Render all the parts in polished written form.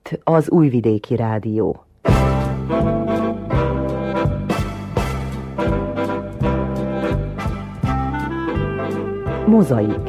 Itt az Újvidéki Rádió. Mozaik.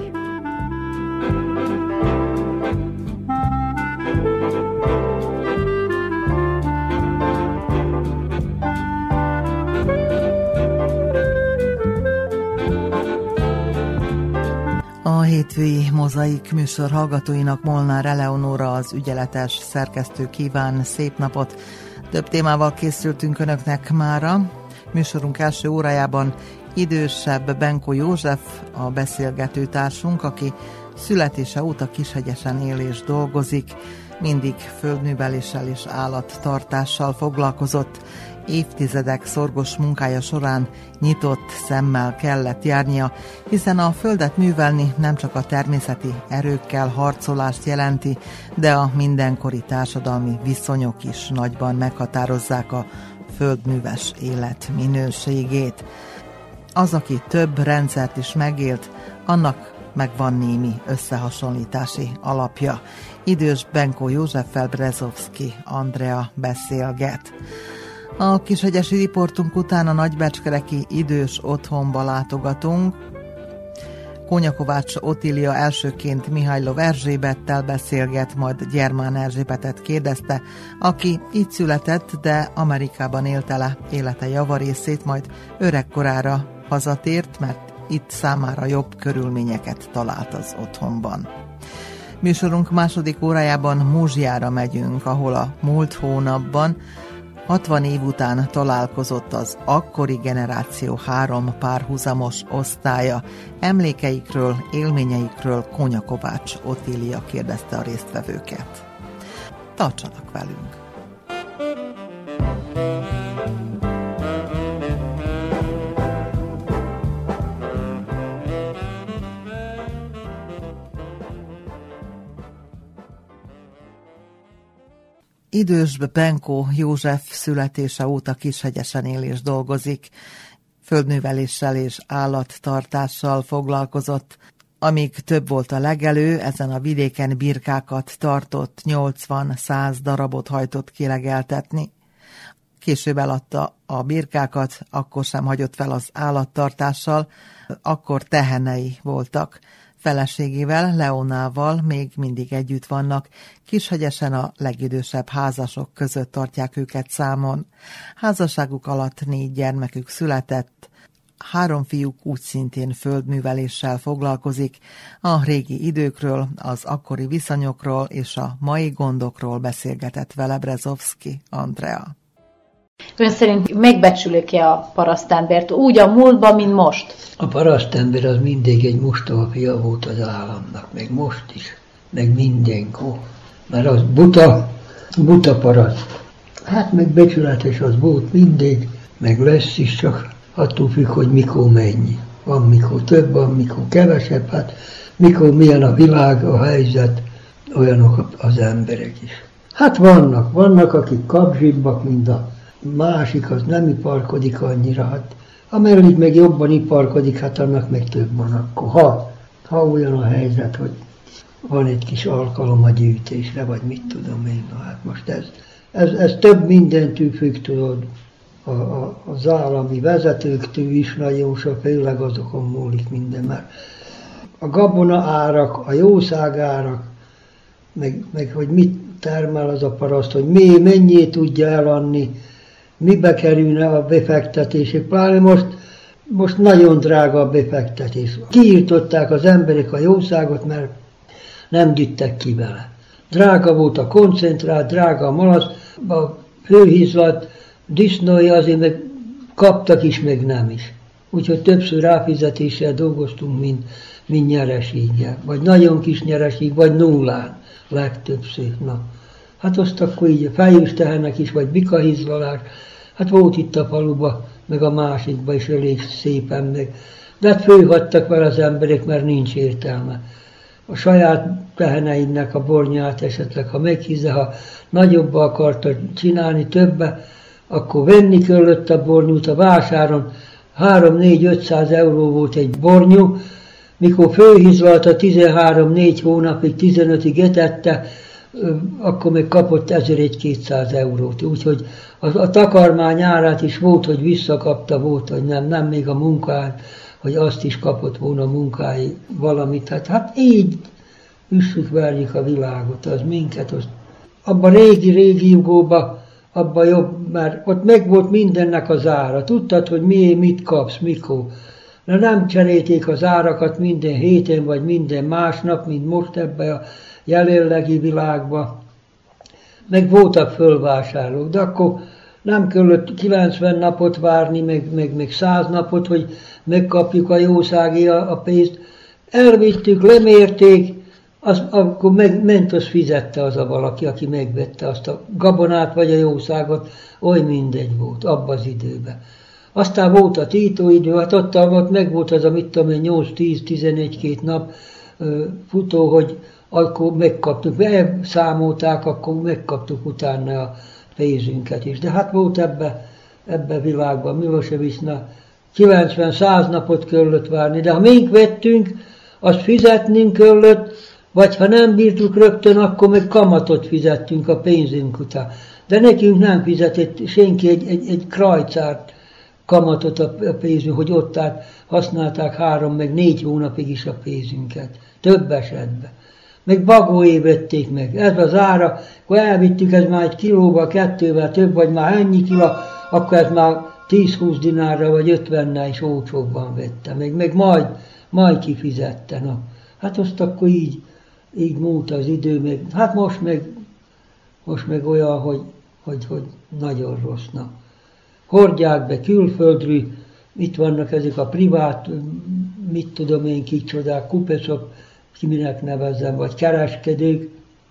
A hétfői Mozaik műsor hallgatóinak Molnár Eleonóra, az ügyeletes szerkesztő kíván szép napot. Több témával készültünk önöknek mára. Műsorunk első órájában idősebb Benko József, a beszélgető társunk, aki születése óta Kishegyesen él és dolgozik, mindig földműveléssel és állattartással foglalkozott. Évtizedek szorgos munkája során nyitott szemmel kellett járnia, hiszen a földet művelni nem csak a természeti erőkkel harcolást jelenti, de a mindenkori társadalmi viszonyok is nagyban meghatározzák a földműves élet minőségét. Az, aki több rendszert is megélt, annak megvan némi összehasonlítási alapja. Idős Benko Józseffel Brezovszky Andrea beszélget. A kishegyesi riportunk után a nagybecskereki idős otthonba látogatunk. Kónyakovács Otília elsőként Mihajlov Erzsébettel beszélget, majd Gyermán Erzsébetet kérdezte, aki itt született, de Amerikában élte le élete javarészét, majd öregkorára hazatért, mert itt számára jobb körülményeket talált az otthonban. Műsorunk második órájában Muzsiára megyünk, ahol a múlt hónapban 60 év után találkozott az akkori generáció 3 párhuzamos osztálya. Emlékeikről, élményeikről Kónyakovács Otília kérdezte a résztvevőket. Tartsanak velünk! Idős Benko József születése óta Kishegyesen él és dolgozik. Földműveléssel és állattartással foglalkozott. Amíg több volt a legelő, ezen a vidéken birkákat tartott, 80-100 darabot hajtott kilegeltetni. Később eladta a birkákat, akkor sem hagyott fel az állattartással, akkor tehenei voltak. Feleségével, Leonával még mindig együtt vannak, Kishegyesen a legidősebb házasok között tartják őket számon. Házasságuk alatt 4 gyermekük született, 3 fiúk úgy szintén földműveléssel foglalkozik. A régi időkről, az akkori viszonyokról és a mai gondokról beszélgetett vele Brezovszky Andrea. Ön szerint megbecsülik-e a parasztembert úgy a múltban, mint most? A parasztember az mindig egy mostoha fia volt az államnak, meg most is, meg mindenkor. Mert az buta paraszt. Hát meg becsületes az volt mindig, meg lesz is, csak attól függ, hogy mikor mennyi. Van mikor több, van mikor kevesebb, hát mikor milyen a világ, a helyzet, olyanok az emberek is. Hát vannak akik kapzsibbak, mint a másik, az nem iparkodik annyira, hát amellett meg jobban iparkodik, hát annak meg több van akkor. Ha olyan a helyzet, hogy van egy kis alkalom a gyűjtésre, vagy mit tudom én, hát most ez több mindentől függ, tudod, az állami vezetőktől is nagyon sok, főleg azokon múlik minden, mert a gabona árak, a jószág árak, meg hogy mit termel az a paraszt, hogy mennyi tudja eladni, mibe kerülne a befektetés, pláne most nagyon drága a befektetés. Kiírtották az emberek a jószágot, mert nem gyűjtek ki vele. Drága volt a koncentrát, drága a malac, a hőhizlat, disznója azért meg kaptak is, meg nem is. Úgyhogy többször ráfizetéssel dolgoztunk, mint nyereséggel. Vagy nagyon kis nyereség, vagy nullán legtöbbször. Na. Hát azt akkor így fejős tehenek is, vagy bikahizlalás. Hát volt itt a faluba, meg a másikba is elég szépen meg. De hát fölhagytak vele az emberek, mert nincs értelme. A saját teheneidnek a bornyát esetleg, ha meghízze, ha nagyobba akarta csinálni, többe, akkor venni kellett a bornyút a vásáron. 3-4-500 euró volt egy bornyú, mikor fölhizlalta 13-4 hónapig, 15-ig etette, akkor még kapott 1200 eurót. Úgyhogy a takarmány árát is volt, hogy visszakapta, volt, hogy nem még a munkáját, hogy azt is kapott volna munkái valamit. Hát így üssük, verjük a világot, az minket, az abban régi jugóban, abban jobb, mert ott meg volt mindennek az ára. Tudtad, hogy mit kapsz, mikor. De nem cserélték az árakat minden héten, vagy minden másnap, mint most ebben a jelenlegi világban. Meg voltak fölvásárlók, de akkor nem kellett 90 napot várni, meg 100 napot, hogy megkapjuk a jószági a pénzt. Elvittük, lemérték, akkor ment, az fizette az a valaki, aki megvette azt a gabonát vagy a jószágot, oly mindegy volt abban az időben. Aztán volt a títóidő, hát ott meg volt az a 8-10-11-2 nap futó, hogy akkor megkaptuk, elszámolták, akkor megkaptuk utána a pénzünket is. De hát volt ebbe világban Milosevic-nak 90-100 napot kellett várni, de ha mink vettünk, azt fizetnünk kellett, vagy ha nem bírtuk rögtön, akkor meg kamatot fizettünk a pénzünk után. De nekünk nem fizetett senki egy krajcárt kamatot a pénzünk, hogy ott használták 3 meg 4 hónapig is a pénzünket. Több esetben. Meg bagóé vették meg. Ez az ára, akkor elvittük, ez már 1 kilóval, 2-vel több, vagy már ennyi kilo, akkor ez már 10-20 dinárra, vagy 50-nel is olcsóbban vette. Meg majd kifizette. No. Hát azt akkor így múlt az idő, meg, hát most meg olyan, hogy nagyon rossz. Na. Hordják be külföldről, itt vannak ezek a privát, mit tudom én kicsodák, kupecok, ki minek nevezzem, vagy kereskedők,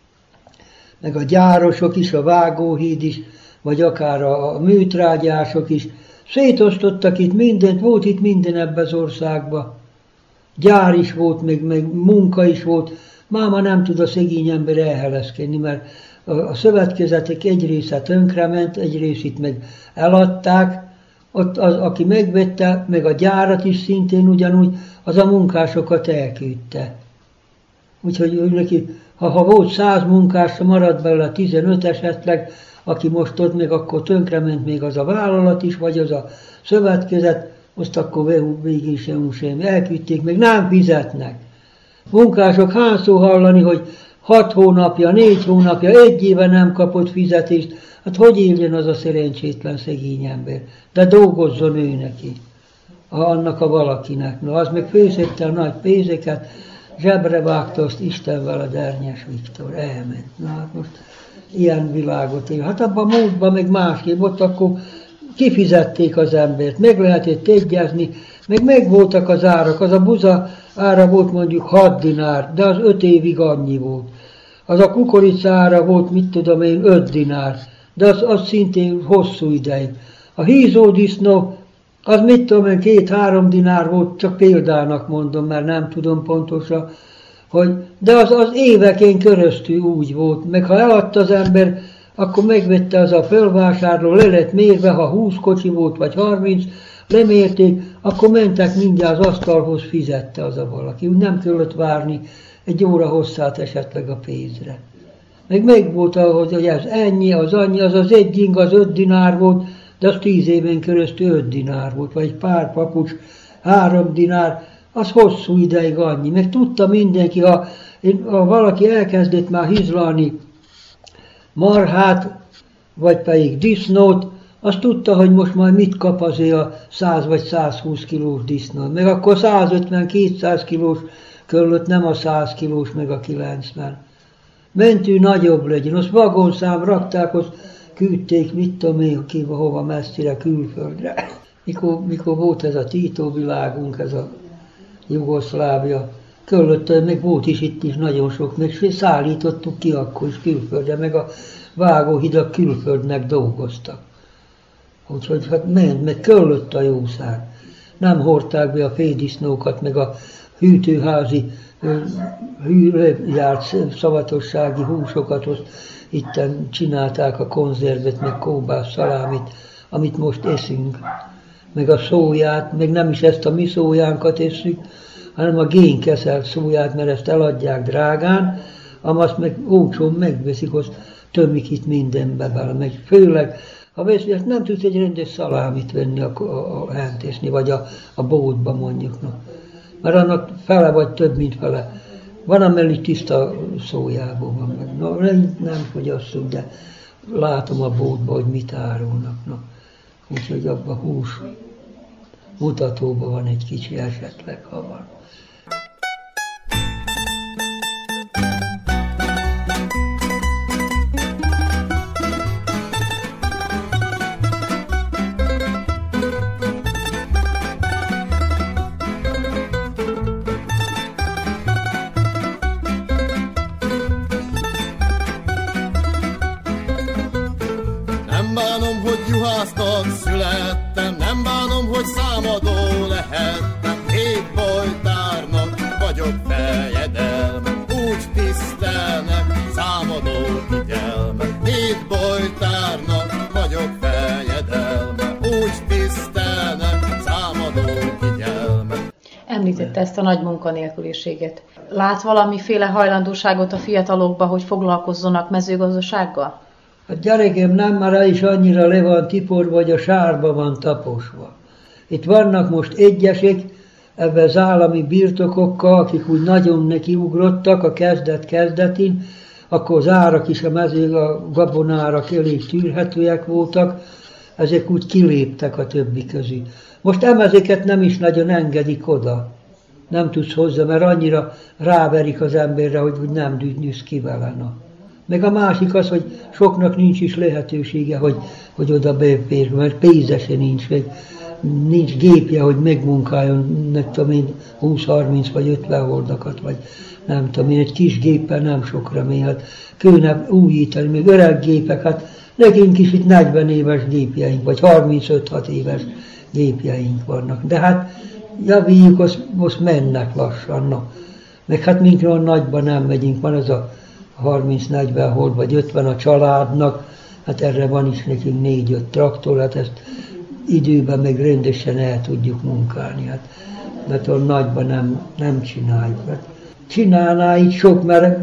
meg a gyárosok is, a vágóhíd is, vagy akár a műtrágyások is. Szétosztottak itt mindent, volt itt minden ebben az országban. Gyár is volt, meg munka is volt. Máma nem tud a szegény ember elhelezkedni, mert a szövetkezetek egy része tönkrement, egy részét meg eladták. Ott az, aki megvette, meg a gyárat is szintén ugyanúgy, az a munkásokat elküldte. Úgyhogy neki, ha volt 100 munkás, maradt belőle 15 esetleg, aki most ott meg akkor tönkrement még az a vállalat is, vagy az a szövetkezet, azt akkor végig sem elküldték, meg nem fizetnek. Munkások hányszor hallani, hogy 6 hónapja, 4 hónapja, 1 éve nem kapott fizetést, hát hogy éljen az a szerencsétlen szegény ember? De dolgozzon ő neki, annak a valakinek. Na, az meg főszette a nagy pénzeket, zsebre vágta azt Istenvel a Dernyes Viktor, elment. Na hát most ilyen világot él. Hát abban a múltban meg másképp, ott akkor kifizették az embert, meg lehetett egyezni, meg voltak az árak. Az a buza ára volt mondjuk 6 dinár, de az 5 évig annyi volt. Az a kukorica ára volt, mit tudom én, 5 dinár, de az szintén hosszú ideig. A hízódisznó, az mit tudom én, 2-3 dinár volt, csak példának mondom, mert nem tudom pontosan, de az éveken köröztül úgy volt, meg ha eladta az ember, akkor megvette az a fölvásárló, le lett mérve, ha 20 kocsi volt, vagy 30, lemérték, akkor mentek mindjárt az asztalhoz, fizette az a valaki. Úgy nem kellett várni 1 óra hosszát esetleg a pénzre. Meg volt, hogy ez ennyi, az annyi, az 1 ing, az 5 dinár volt, de az 10 éven köröztül 5 dinár volt, vagy egy pár papucs, 3 dinár, az hosszú ideig annyi. Meg tudta mindenki, ha valaki elkezdett már hizlalni marhát, vagy pedig disznót, azt tudta, hogy most majd mit kap azért a 100 vagy 120 kilós disznót. Meg akkor 150-200 kilós körülött, nem a 100 kilós, meg a 90. Mentő nagyobb legyen, azt vagonszám rakták, azt küldték, mit tudom én, hova messzire, külföldre. Mikor volt ez a Tito világunk, ez a Jugoszlávia, körülött, meg volt is itt is nagyon sok, meg szállítottuk ki akkor is külföldre, meg a vágóhidak külföldnek dolgoztak. Úgyhogy hát ment, meg körülött a jószág. Nem hordták be a féldisznókat, meg a hűtőházi járt szavatossági húsokat, azt itten csinálták a konzervet, meg kóbász, szalámit, amit most eszünk. Meg a szóját, meg nem is ezt a mi szójánkat eszünk, hanem a génkeszelt szóját, mert ezt eladják drágán, azt meg olcsón megveszik, azt tömik itt mindenbe bele, meg főleg, ha veszi, nem tudsz egy rendes szalámit venni a hentésni, vagy a bótba mondjuk. No. Mert annak fele vagy több, mint fele. Van, amellé tiszta szójából van meg. No, nem fogyasszuk, de látom a bótba, hogy mit árulnak. No. Úgyhogy abban hús mutatóban van egy kicsi esetleg, ha van. Születtem, nem bánom, hogy számadó lehettem, hétbolytárnak vagyok fejedelme, úgy tisztelnek számadó figyelme, hétbolytárnak vagyok fejedelme, úgy tisztelnek számadó figyelme. Említette ezt a nagy munkanélküliséget. Lát valamiféle hajlandóságot a fiatalokba, hogy foglalkozzanak mezőgazdasággal? A gyerekem nem, már is annyira le van tiporva, vagy a sárba van taposva. Itt vannak most egyesek ebben az állami birtokokkal, akik úgy nagyon nekiugrottak a kezdet-kezdetén, akkor az árak is, a gabonárak elég tűrhetőek voltak, ezek úgy kiléptek a többi közül. Most ezeket nem is nagyon engedik oda. Nem tudsz hozzá, mert annyira ráverik az emberre, hogy nem nyűsz ki vele. No. Meg a másik az, hogy soknak nincs is lehetősége, hogy oda beférj, mert pénze se nincs, meg nincs gépje, hogy megmunkáljon, nem tudom én, 20-30 vagy 50 hordakat, vagy nem tudom én, egy kis géppel nem sokra mély, hát kőne újítani, még öreg gépek, hát nekünk is itt 40 éves gépjeink, vagy 35-6 éves gépjeink vannak, de hát javítjuk, most mennek lassan, no. Meg hát minkre olyan nagyban nem megyünk, van ez a 30-40 hord vagy 50 a családnak, hát erre van is nekünk 4-5 traktor, hát ezt időben meg rendesen el tudjuk munkálni, hát, mert olyan nagyban nem csináljuk. Hát csinálná így sok, mert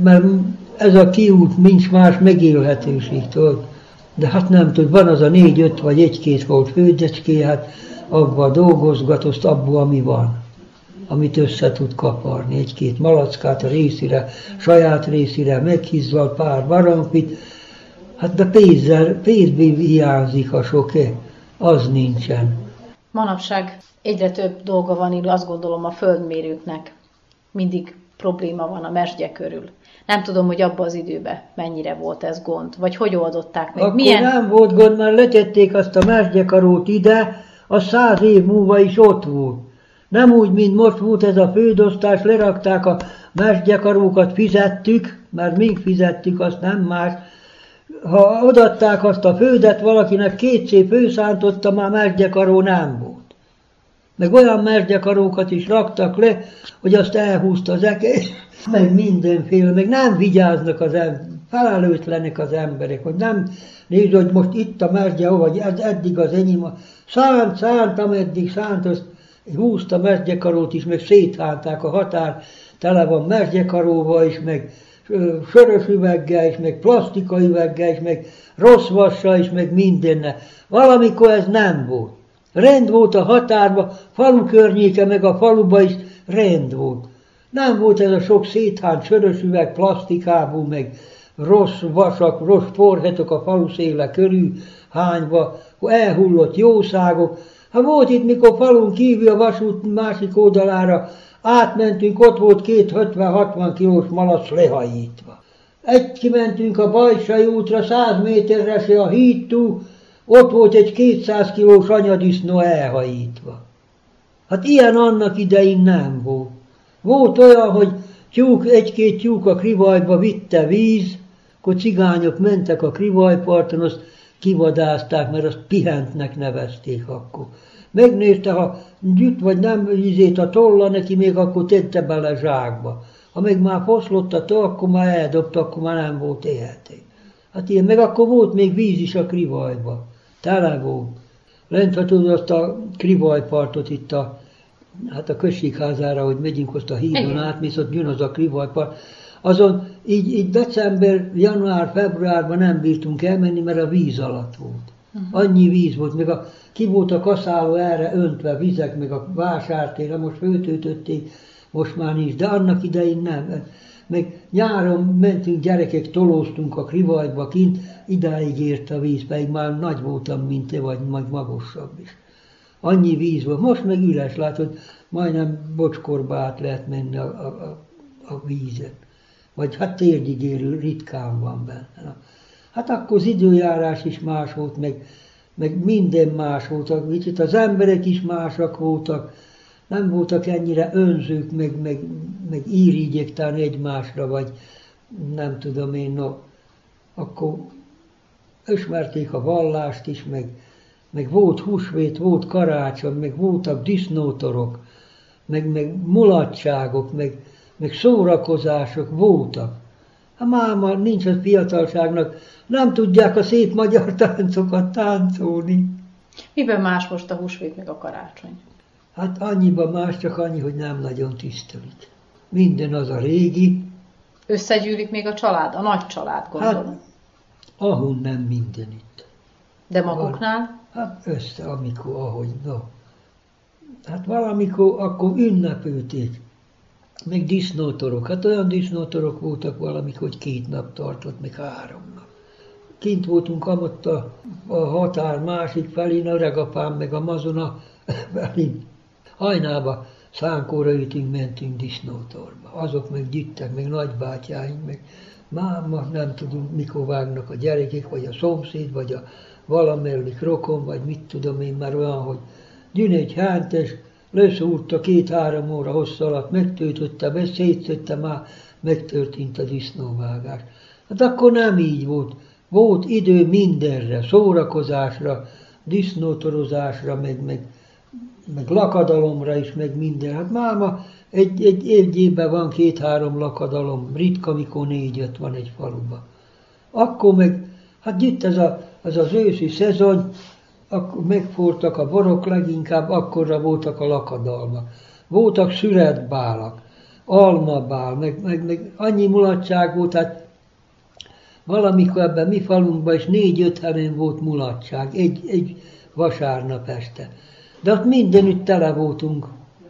ez a kiút nincs más megélhetőség, tudod. De hát nem tud, van az a 4-5 vagy 1-2 volt fődecské, hát abban dolgozgat, abból ami van, amit össze tud kaparni, 1-2 malackát a részére, saját részére, meghízzal pár baromfit, hát de pénzből hiányzik a sok-e, az nincsen. Manapság egyre több dolga van, azt gondolom a földmérőknek. Mindig probléma van a mesdje körül. Nem tudom, hogy abban az időben mennyire volt ez gond, vagy hogy oldották meg. Akkor nem volt gond, mert letették azt a mesdjekarót ide, az 100 év múlva is ott volt. Nem úgy, mint most volt ez a földosztás, lerakták a mesdjekarókat, fizettük, mert mink fizettük, azt nem más. Ha odaadták azt a földet valakinek, 2 szép főszántotta, már mesdjekaró nem volt. Meg olyan mesdjekarókat is raktak le, hogy azt elhúzta az meg mindenféle, meg nem vigyáznak az emberek, felelőtlenek az emberek, hogy nem nézd, hogy most itt a mesdje, vagy eddig az enyém, szánt, ameddig szánt, azt húzta mesdjekarót is, meg széthánták a határ, tele van mesdjekaróval is, meg sörös üveggel is, meg plastika üveggel is, meg rossz vassal is, meg mindenne. Valamikor ez nem volt. Rend volt a határban, falu környéke, meg a faluba is rend volt. Nem volt ez a sok széthánt sörös üveg plastikából, meg rossz vasak, rossz forhetok a falu széle körül hányva, elhullott jószágok. Ha volt itt, mikor falun kívül a vasút másik oldalára átmentünk, ott volt 250-60 kilós malac lehajítva. Kimentünk a Bajsai útra, 100 méterre se a hídtú, ott volt egy 200 kilós anyadisznó elhajítva. Hát ilyen annak idején nem volt. Volt olyan, hogy egy-két tyúk a Krivajba vitte víz, akkor cigányok mentek a Krivajparton, azt kivadázták, mert azt pihentnek nevezték akkor. Megnézte, ha gyütt vagy nem ízét a tolla neki, még akkor tette bele zsákba. Ha meg már foszlott a toll, akkor már eldobta, akkor már nem volt éhető. Hát ilyen, meg akkor volt még víz is a Krivajba. Tele volt. Lent, ha tudod azt a Krivajpartot itt a községházára, hogy megyünk azt a hídon át, mész ott jön az a Krivajpart. Azon így december, január, februárban nem bírtunk elmenni, mert a víz alatt volt. Annyi víz volt, meg ki volt a kaszáló erre öntve vizek, meg a vásártérre, most föltöltötték, most már nincs, de annak idején nem. Meg nyáron mentünk gyerekek, tolóztunk a Krivajba kint, idáig ért a víz, pedig már nagy voltam, mint te, vagy magasabb is. Annyi víz volt, most meg üres, látod, majdnem bocskorba át lehet menni a vízen. Vagy hát térdig érő, ritkán van benne. Hát akkor az időjárás is más volt, meg minden más volt, kicsit az emberek is másak voltak, nem voltak ennyire önzők, meg irigyek talán egymásra, vagy nem tudom én, no, akkor ismerték a vallást is, meg volt húsvét, volt karácsony, meg voltak disznótorok, meg mulatságok, meg szórakozások voltak. Hát máma nincs a fiatalságnak, nem tudják a szép magyar táncokat táncolni. Miben más most a húsvét meg a karácsony? Hát annyiban más, csak annyi, hogy nem nagyon tisztelik. Minden az a régi. Összegyűlik még a család, a nagy család, gondolom. Hát, ahol nem mindenütt. De maguknál? Hát amikor, ahogy, no. Hát valamikor akkor ünnepülték. Meg disznótorok. Hát olyan disznótorok voltak valamikor, hogy 2 nap tartott, meg 3 nap. Kint voltunk amott a határ másik felén, öregapám meg a mazona felén. Hajnába szánkóra ütünk, mentünk disznótorba. Azok meg gyűjtek, meg nagybátyáink, meg máma nem tudunk, mikor vágnak a gyerekek, vagy a szomszéd, vagy a valamelyik rokon, vagy mit tudom én már olyan, hogy gyűn egy hántes, leszúrta 2-3 óra hosszú alatt, megtöltötte, szétszette, már megtörtént a disznóvágás. Hát akkor nem így volt. Volt idő mindenre, szórakozásra, disznótorozásra, meg lakadalomra is, meg minden. Hát máma egy évben van 2-3 lakadalom, ritka, mikor 4-5 van egy faluban. Akkor meg, hát gyűjt ez az őszi szezon, akkor megfortak a borok, leginkább akkorra voltak a lakadalmak. Voltak szüretbálak, almabál, meg annyi mulatság volt, hát valamikor ebben mi falunkban is 4-5 helyen volt mulatság, egy vasárnap este. De ott mindenütt tele voltunk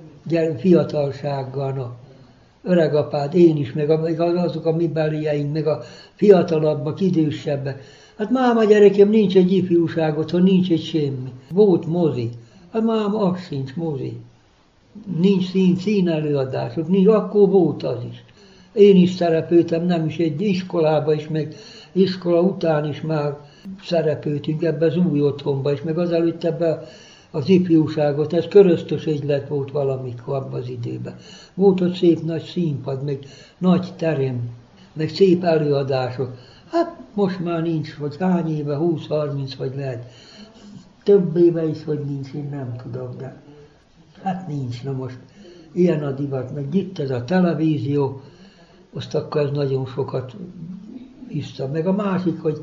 fiatalsággal, no. Öregapád, én is, meg azok a mi belieink, meg a fiatalabbak, idősebbek. Hát máma gyerekem, nincs egy ifjúság otthon, nincs egy semmi. Volt mozi. Hát máma, az sincs mozi. Nincs színelőadások, nincs, akkor volt az is. Én is szerepeltem, nem is egy iskolába is, meg iskola után is már szerepeltünk ebbe az új otthonba is, meg azelőtt ebbe az ifjúságot, ez köröztös egylet volt valamikor abban az időben. Volt ott szép nagy színpad, meg nagy terem, meg szép előadások. Hát most már nincs, hogy hány éve, 20-30 vagy lehet. Több éve is, hogy nincs, én nem tudom, de hát nincs, na most ilyen a divat, meg itt ez a televízió, azt akkor ez nagyon sokat vissza. Meg a másik, hogy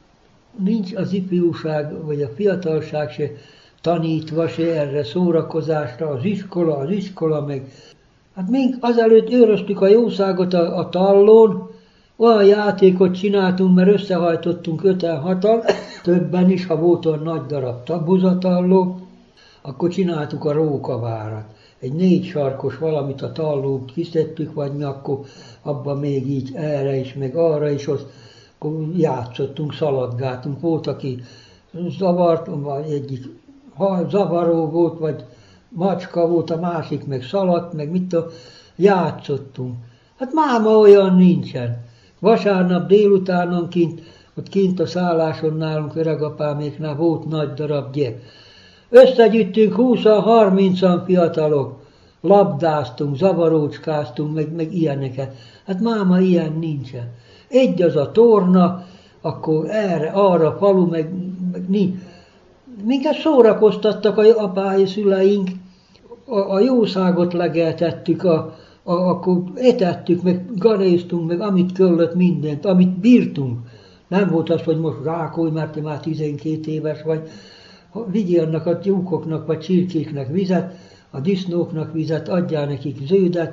nincs az ifjúság, vagy a fiatalság se tanítva, se erre szórakozásra, az iskola, meg... Hát mink azelőtt őröztük a jószágot a tallón, olyan játékot csináltunk, mert összehajtottunk 5-6-al, többen is, ha volt olyan nagy darab tabuzatalló, akkor csináltuk a rókavárat. Egy 4 sarkos valamit a tallót kiszedtük, vagy mi akkor abban még így erre is, meg arra is, akkor játszottunk, szaladgáltunk. Volt, aki zavart, vagy egyik zavaró volt, vagy macska volt, a másik meg szaladt, meg mit tudom, játszottunk. Hát máma olyan nincsen. Vasárnap délutánonként, ott kint a szálláson nálunk öregapáméknál volt nagy darab gyep. Összegyűjtünk 20-30-an fiatalok, labdáztunk, zavarócskáztunk, meg ilyeneket. Hát máma ilyen nincsen. Egy az a torna, akkor erre, arra falu, meg nincs. Minket szórakoztattak a apái szüleink, a jószágot legeltettük, akkor etettük, meg garéztunk, meg amit kellett mindent, amit bírtunk. Nem volt az, hogy most rákolj, mert te már 12 éves vagy, vigyél annak a tyúkoknak vagy csirkéknek vizet, a disznóknak vizet, adjál nekik zöldet,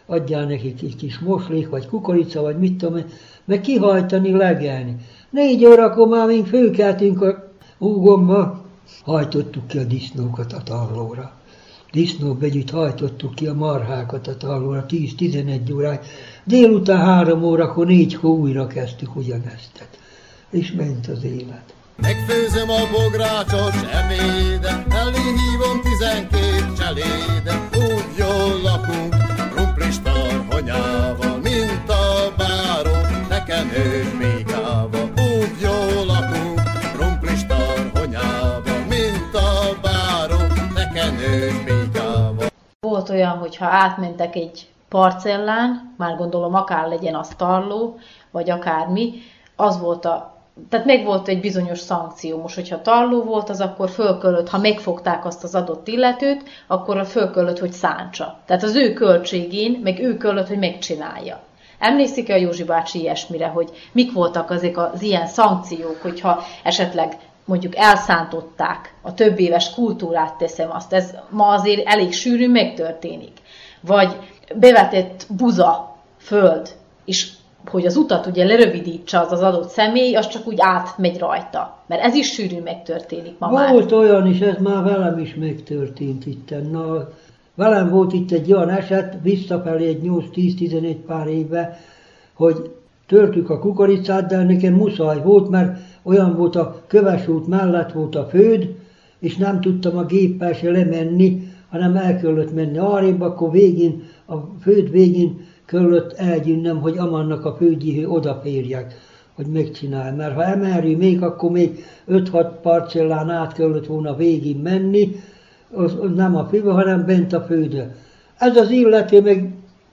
adjál nekik egy kis moslék, vagy kukorica, vagy mit tudom én, meg kihajtani, legelni. 4 órakor már még fölkeltünk a húgommal, hajtottuk ki a disznókat a tallóra. Disznók együtt hajtottuk ki a marhákat a tallóra 10-11 óráig. Délután 3 órakor 4-kor újra kezdtük ugyanezt. És ment az élet. Megfőzöm a bográcsos ebédet, elé hívom 12 cselédet, úgy jól lakunk, krumplis tarhonyával, mint a báró, nekem ők mékával. Úgy jól lakunk, krumplis tarhonyával, mint a báró, nekem ők mékával. Volt olyan, hogyha átmentek egy parcellán, már gondolom akár legyen az tarló, vagy akármi, az volt tehát meg volt egy bizonyos szankció. Most, hogyha tarló volt, az akkor fölköllött, ha megfogták azt az adott illetőt, akkor fölköllött, hogy szántsa. Tehát az ő költségén, meg ő köllött, hogy megcsinálja. Emlékszik-e a Józsi bácsi ilyesmire, hogy mik voltak azok az ilyen szankciók, hogyha esetleg mondjuk elszántották a több éves kultúrát, teszem azt, ez ma azért elég sűrűn megtörténik. Vagy bevetett buza, föld, és hogy az utat ugye lerövidítse az adott személy, az csak úgy átmegy rajta. Mert ez is sűrűn megtörténik ma már. Volt olyan is, ez már velem is megtörtént itten. Na, velem volt itt egy olyan eset, visszafelé egy 8-10-11 pár évbe, hogy törtük a kukoricát, de nekem muszáj volt, mert olyan volt a kövesút mellett volt a föld, és nem tudtam a géppel se lemenni, hanem el kellett menni arrébb, akkor végén, a föld végén kellett elgyűnnöm, hogy amannak a földjihő odaférjek, hogy megcsinálj. Mert ha emeljük még, akkor még 5-6 parcellán át kellett volna végig menni, az nem a főbe, hanem bent a földön. Ez az illető meg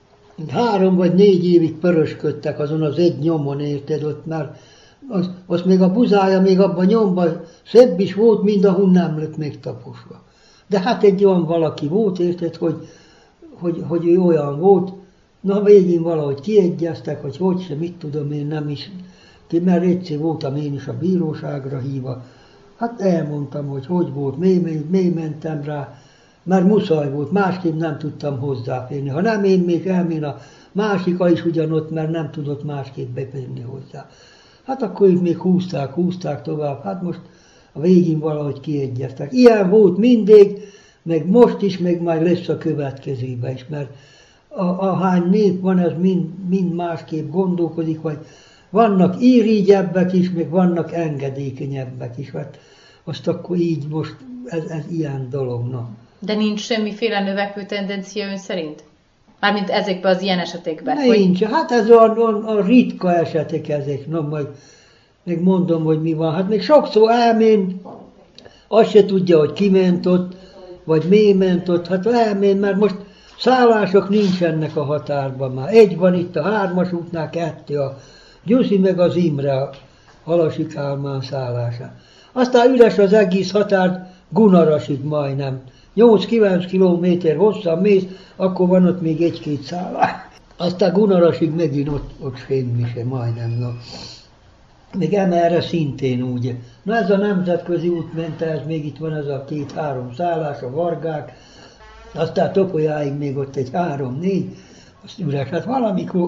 3 vagy 4 évig pörösködtek azon az egy nyomon, érted ott, mert az még a buzája még abban nyomban szebb is volt, mint ahol nem lett megtaposva. De hát egy olyan valaki volt, érted, hogy ő olyan volt. Na végén valahogy kiegyeztek, hogy se, mit tudom én, nem is, mert egyszer voltam én is a bíróságra hívva. Hát elmondtam, hogy volt, mély mentem rá, mert muszáj volt, másképp nem tudtam hozzáférni. Ha nem én, még elmén a másika is ugyanott, mert nem tudott másképp beférni hozzá. Hát akkor ők még húzták tovább, hát most a végén valahogy kiegyeztek. Ilyen volt mindig, meg most is, meg majd lesz a következőben is, mert ahány nép van, ez mind másképp gondolkodik, vagy vannak írigyebbek is, meg vannak engedékenyebbek is, hát azt akkor így most, ez ilyen dolog, na. De nincs semmiféle növekvő tendencia ön szerint? Mármint ezekben az ilyen esetekben? Nincs, hát ez a ritka esetek ezek, na majd megmondom, hogy mi van. Hát még sokszor elmén, azt se tudja, hogy ki ment ott, vagy mi ment ott, hát elmén, mert most szállások nincsenek a határban már. Egy van itt a 3-as útnál, 2 a Gyuszi meg az Imre, a Halasi Kálmán szállása. Aztán üres az egész határ Gunarasig majdnem. 8-9 kilométer hosszan mész, akkor van ott még 1-2 szállás. Aztán Gunarasig megint ott semmi se majdnem. No. Még emelre szintén úgy. Na ez a nemzetközi út ment, ez még itt van ez a 2-3 szállás, a Vargák, aztán Topolyáig még ott egy 3-4, azt üres. Hát valamikor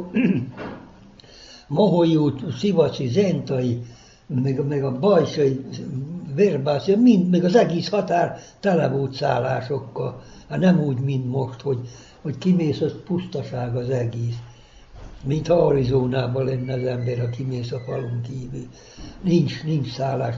Moholy út, Szivaci, Zentai, meg a Bajszai, Verbász, meg az egész határ tele volt szállásokkal. Hát nem úgy, mint most, hogy kimész, az pusztaság az egész. Mint ha Arizonában lenne az ember, ha kimész a falun kívül. Nincs szállás,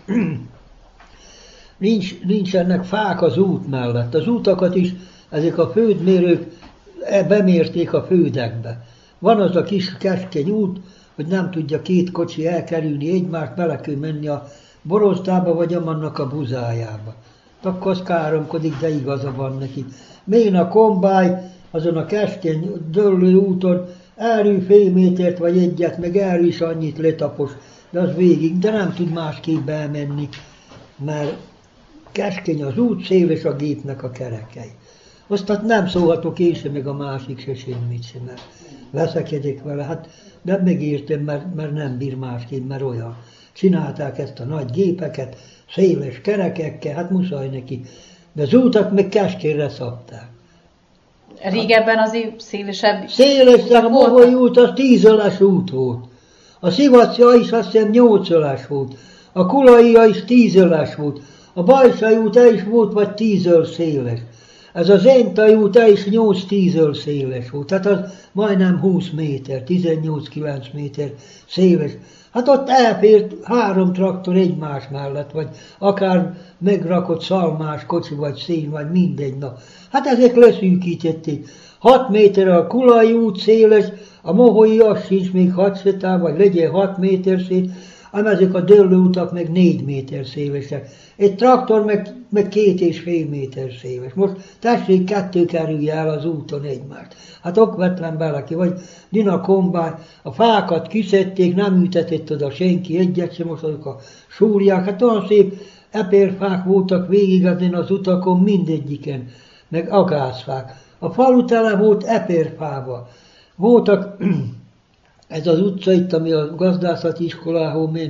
nincsenek fák az út mellett. Az utakat is ezek a földmérők bemérték a földekbe. Van az a kis keskeny út, hogy nem tudja 2 kocsi elkerülni egymást, bele kell menni a borozdába, vagy amannak a buzájába. Akkor az káromkodik, de igaza van neki. Mén a kombály, azon a keskeny döllő úton elrű fél métert vagy egyet, meg elrű is annyit letapos, de az végig, de nem tud másképp elmenni, mert keskeny az út, széles a gépnek a kerekei. Aztán nem szólhatok én sem, meg a másik se semmit sem, mert veszekedek vele, hát nem megértem, mert nem bír másképp, mert olyan. Csinálták ezt a nagy gépeket, széles kerekekkel, hát muszáj neki. De az útat meg keskenyre szabták. Régebben azért szélesebb... Szélesebb, a Moholy út az 10 öles út volt. A Szivacja is azt hiszem 8 öles volt. A Kulaija is 10 öles volt. A Bajsai út is volt vagy 10 öl széles. Ez az Entai út is 8-10 öl széles volt. Tehát az majdnem 20 méter, 18-9 méter széles. Hát ott elfért 3 traktor egymás mellett, vagy akár megrakott szalmás kocsi, vagy szén, vagy mindegy. Na. Hát ezek leszűkítették. 6 méter a Kulai út széles, a Moholyi az sincs még 6 sétál, vagy legyen 6 méter szét, ám ezek a döllőutak meg 4 méter szélesek. Egy traktor meg 2,5 méter széles. Most tessék, 2 kerülje el az úton egymást. Hát okvetlen bele ki, vagy Dina kombány, a fákat kiszedték, nem ütetett oda senki egyet sem, most azok a súrják, hát olyan szép epérfák voltak végig az utakon mindegyiken, meg agászfák. A falu tele volt epérfával. Voltak, ez az utca itt, ami a gazdászati iskolához ment,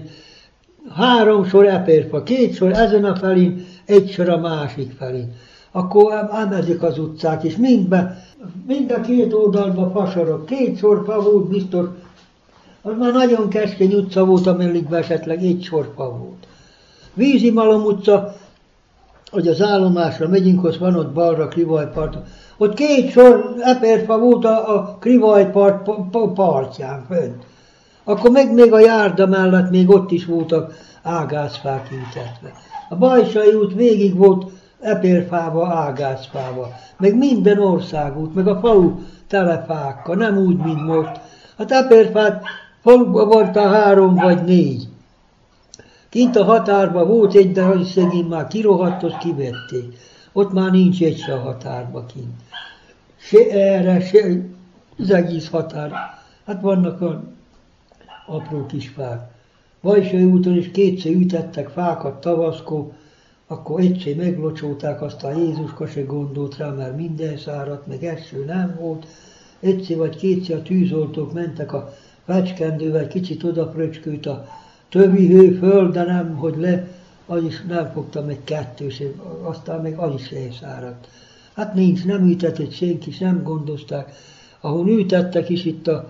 3 sor epérfa, 2 sor ezen a felén, 1 sor a másik felén. Akkor emezik az utcák, és mind a 2 oldalban fasorok, 2 sor fa volt biztos, az már nagyon keskeny utca volt, amellikben esetleg 1 sor fa volt. Vízimalom utca, hogy az állomásra megyünk, ott van ott balra Krivajparton, ott 2 sor epérfa volt a Krivajpart partján fönt. Akkor még a járda mellett még ott is voltak ágászfák ütetve. A Bajsai út végig volt epérfával, ágászfával, meg minden országút, meg a falu telefákkal, nem úgy, mint most. Hát epérfát faluban volt a 3 vagy 4. Kint a határban volt egy, de hogy szegény már kirohadt, azt kivették. Ott már nincs egy se a határba kint. Se erre, se az egész határ. Hát vannak a apró kis fák. Bajsai úton is 2-szer ütettek fákat tavaszkor, akkor egyszer meglocsolták, aztán Jézuska se gondolt rá, mert minden száradt, meg eső nem volt. Egyszer vagy 2-szer a tűzoltók mentek a fecskendővel, kicsit odapröcskült a többi hő föl, de nem, hogy le, az is nem fogta meg 2, aztán meg az is elszáradt. Hát nincs, nem ütetett senki, nem gondozták. Ahol ütettek is itt a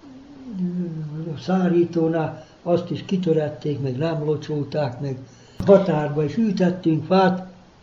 szárítónál, azt is kitörették, meg nem locsolták, meg határba is ütettünk fát,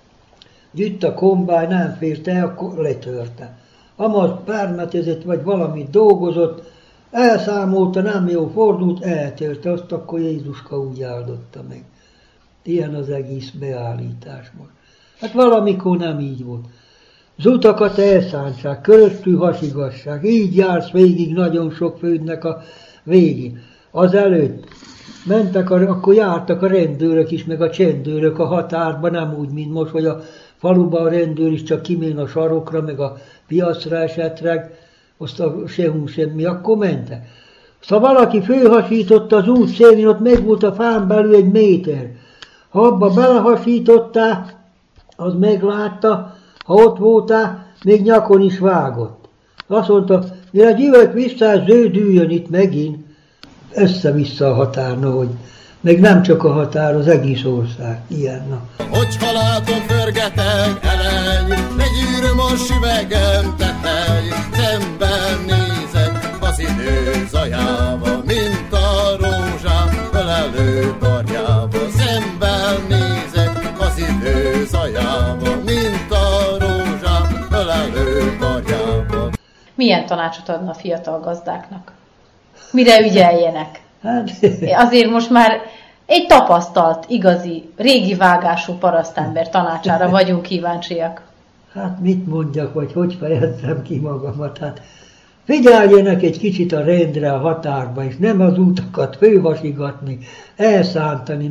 gyűjt a kombány, nem fért el, akkor letörte. Amaz permetezett, vagy valamit dolgozott, elszámolta, nem jó fordult, eltörte, azt akkor Jézuska úgy áldotta meg. Ilyen az egész beállítás most. Hát valamikor nem így volt. Az utakat elszántság, köröztű hasigasság, így jársz végig nagyon sok földnek a végén. Azelőtt mentek, akkor jártak a rendőrök is, meg a csendőrök a határba, nem úgy, mint most, hogy a faluban a rendőr is csak kimén a sarokra, meg a piacra esetreg, azt a sehunk semmi, akkor mentek. Szóval valaki főhasította az út szélén, ott meg volt a fán belül 1 méter. Ha abba belehasítottál, az meglátta, ha ott voltál, még nyakon is vágott. Azt mondta, mire gyűlök vissza, zöldüljön itt megint, össze-vissza a határna, hogy meg nem csak a határ, az egész ország, ilyen. Na. Hogyha látom, förgeteg elej, legyűröm a süvegem tetej, szemben nézek az idő zajába, mint a rózsám ölelő karjába. Szemben nézek az idő zajába, mint a rózsám ölelő karjába. Milyen tanácsot adna a fiatal gazdáknak? Mire ügyeljenek? Hát, Azért most már egy tapasztalt, igazi, régi vágású parasztember tanácsára vagyunk kíváncsiak. hát mit mondjak, vagy hogy fejezzem ki magamat, hát figyeljenek egy kicsit a rendre a határba, és nem az utakat főhasigatni, elszántani,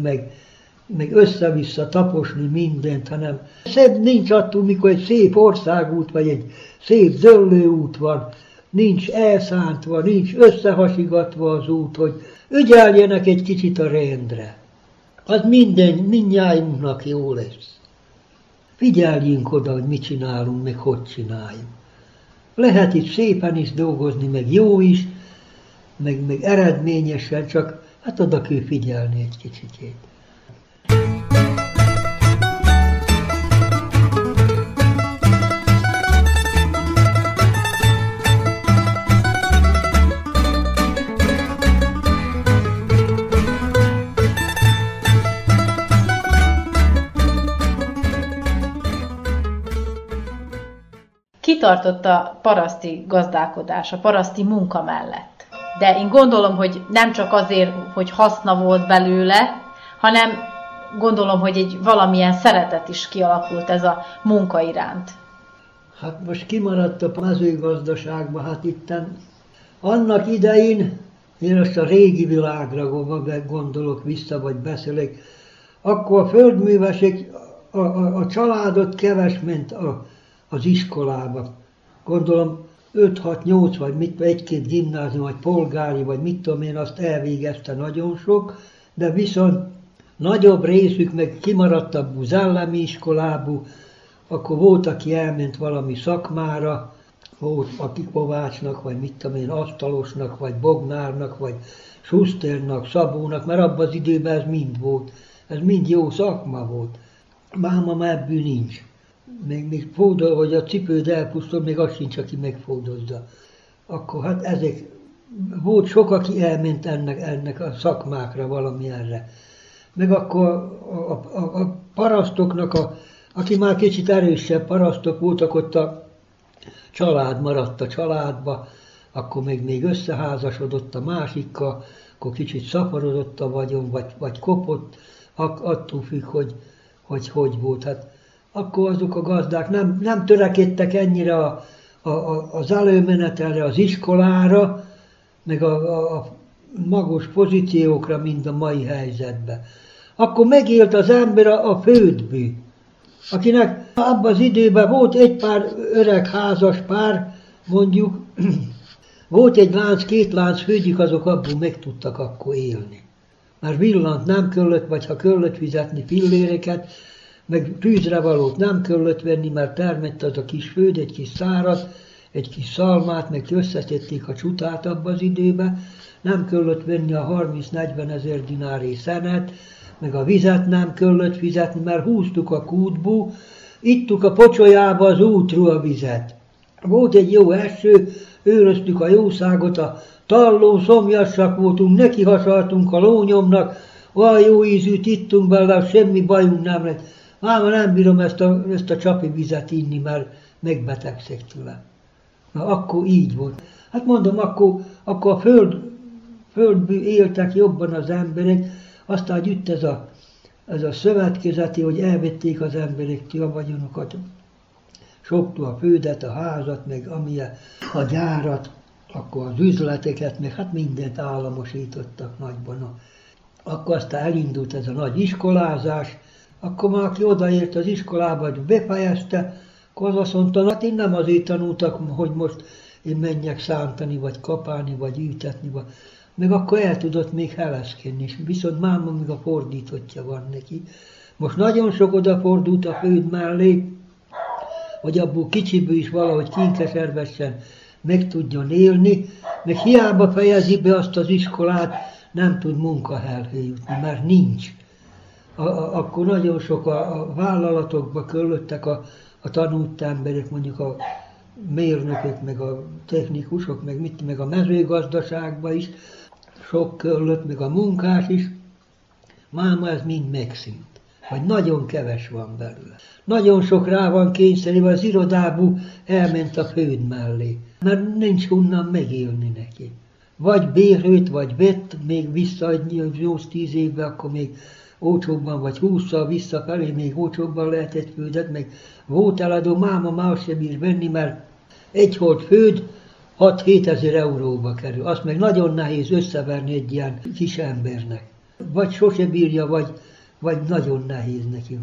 meg össze-vissza taposni mindent, hanem szebb nincs attól, mikor egy szép országút, vagy egy szép döllőút van, nincs elszántva, nincs összehasigatva az út, hogy ügyeljenek egy kicsit a rendre. Az mindnyájunknak jó lesz. Figyeljünk oda, hogy mit csinálunk, meg hogy csináljuk. Lehet itt szépen is dolgozni, meg jó is, meg eredményesen, csak hát oda kell figyelni egy kicsit. kitartott a paraszti gazdálkodás, a paraszti munka mellett. De én gondolom, hogy nem csak azért, hogy haszna volt belőle, hanem gondolom, hogy egy valamilyen szeretet is kialakult ez a munka iránt. Hát most kimaradt a mezőgazdaságban, hát itten annak idején, én azt a régi világra gondolok vissza, vagy beszélek, akkor a földművesek a családot keves ment az iskolába. Gondolom 5-6-8 vagy mit, egy-két gimnázium, vagy polgári, vagy mit tudom én, azt elvégezte nagyon sok, de viszont nagyobb részük meg kimaradt a szellemi iskolából, akkor volt, aki elment valami szakmára, volt, aki kovácsnak, vagy mit tudom én, asztalosnak, vagy bognárnak, vagy suszternak, szabónak, mert abban az időben ez mind volt. Ez mind jó szakma volt. Máma ebből nincs. Még fódol, hogy a cipőd elpusztul, még az sincs, aki megfódozza. Akkor hát ezek, volt sok, aki elment ennek a szakmákra valamilyenre. Meg akkor a parasztoknak, aki már kicsit erősebb parasztok voltak, ott a család maradt a családba, akkor még összeházasodott a másikkal, akkor kicsit szaporodott a vagyon, vagy kopott, attól függ, hogy volt. Hát akkor azok a gazdák nem törekedtek ennyire az előmenetelre, az iskolára, meg a magas pozíciókra, mint a mai helyzetben. Akkor megélt az ember a földből, akinek abban az időben volt egy pár öreg házas pár, mondjuk, volt egy lánc, 2 lánc földjük, azok abból meg tudtak akkor élni. Már villant nem kellett, vagy ha kellett fizetni filléreket, meg tűzre valót nem kellett venni, mert termett az a kis föld, egy kis szárat, egy kis szalmát, meg összetették a csutát abban az időben, nem kellett venni a 30-40 ezer dinári szenet, meg a vizet nem kellett fizetni, mert húztuk a kútból, ittuk a pocsolyába az útról a vizet. Volt egy jó eső, őröztük a jószágot, a talló, szomjassak voltunk, nekihasaltunk a lónyomnak, olyan jó ízűt ittunk belőle, semmi bajunk nem lett. Máma nem bírom ezt a csapi vizet inni, mert megbetegszek tőle. Na akkor így volt. Hát mondom, akkor a földből éltek jobban az emberek, aztán jött ez a szövetkezeti, hogy elvették az emberektől a vagyonokat, soktól a földet, a házat, meg amilyen a gyárat, akkor az üzleteket, meg hát mindent államosítottak nagyban. Akkor aztán elindult ez a nagy iskolázás, akkor már aki odaért az iskolába, hogy befejezte, akkor az azt mondta, hát én nem azért tanultak, hogy most én menjek szántani, vagy kapálni, vagy ültetni, meg akkor el tudott még heleszkedni, és viszont máma még a fordítottja van neki. Most nagyon sok odafordult a föld mellé, hogy abból kicsiből is valahogy kinkeservesen meg tudjon élni, meg hiába fejezi be azt az iskolát, nem tud munkahelyre jutni, mert nincs. Akkor nagyon sok a vállalatokba körülöttek a tanult emberek, mondjuk a mérnökök, meg a technikusok, meg a mezőgazdaságban is, sok körülött, meg a munkás is. Máma ez mind megszűnt, vagy nagyon keves van belőle. Nagyon sok rá van kényszerülve, az irodából elment a föld mellé, mert nincs honnan megélni neki. Vagy bérőt, vagy vett, még visszaadni 8-10 évben, akkor még olcsóbban, vagy 20-szal visszafelé, még olcsóbban lehetett földet, meg volt eladó, máma már sem bír venni, mert egy holt föld 6-7 ezer euróba kerül. Azt meg nagyon nehéz összeverni egy ilyen kis embernek. Vagy sose bírja, vagy nagyon nehéz neki.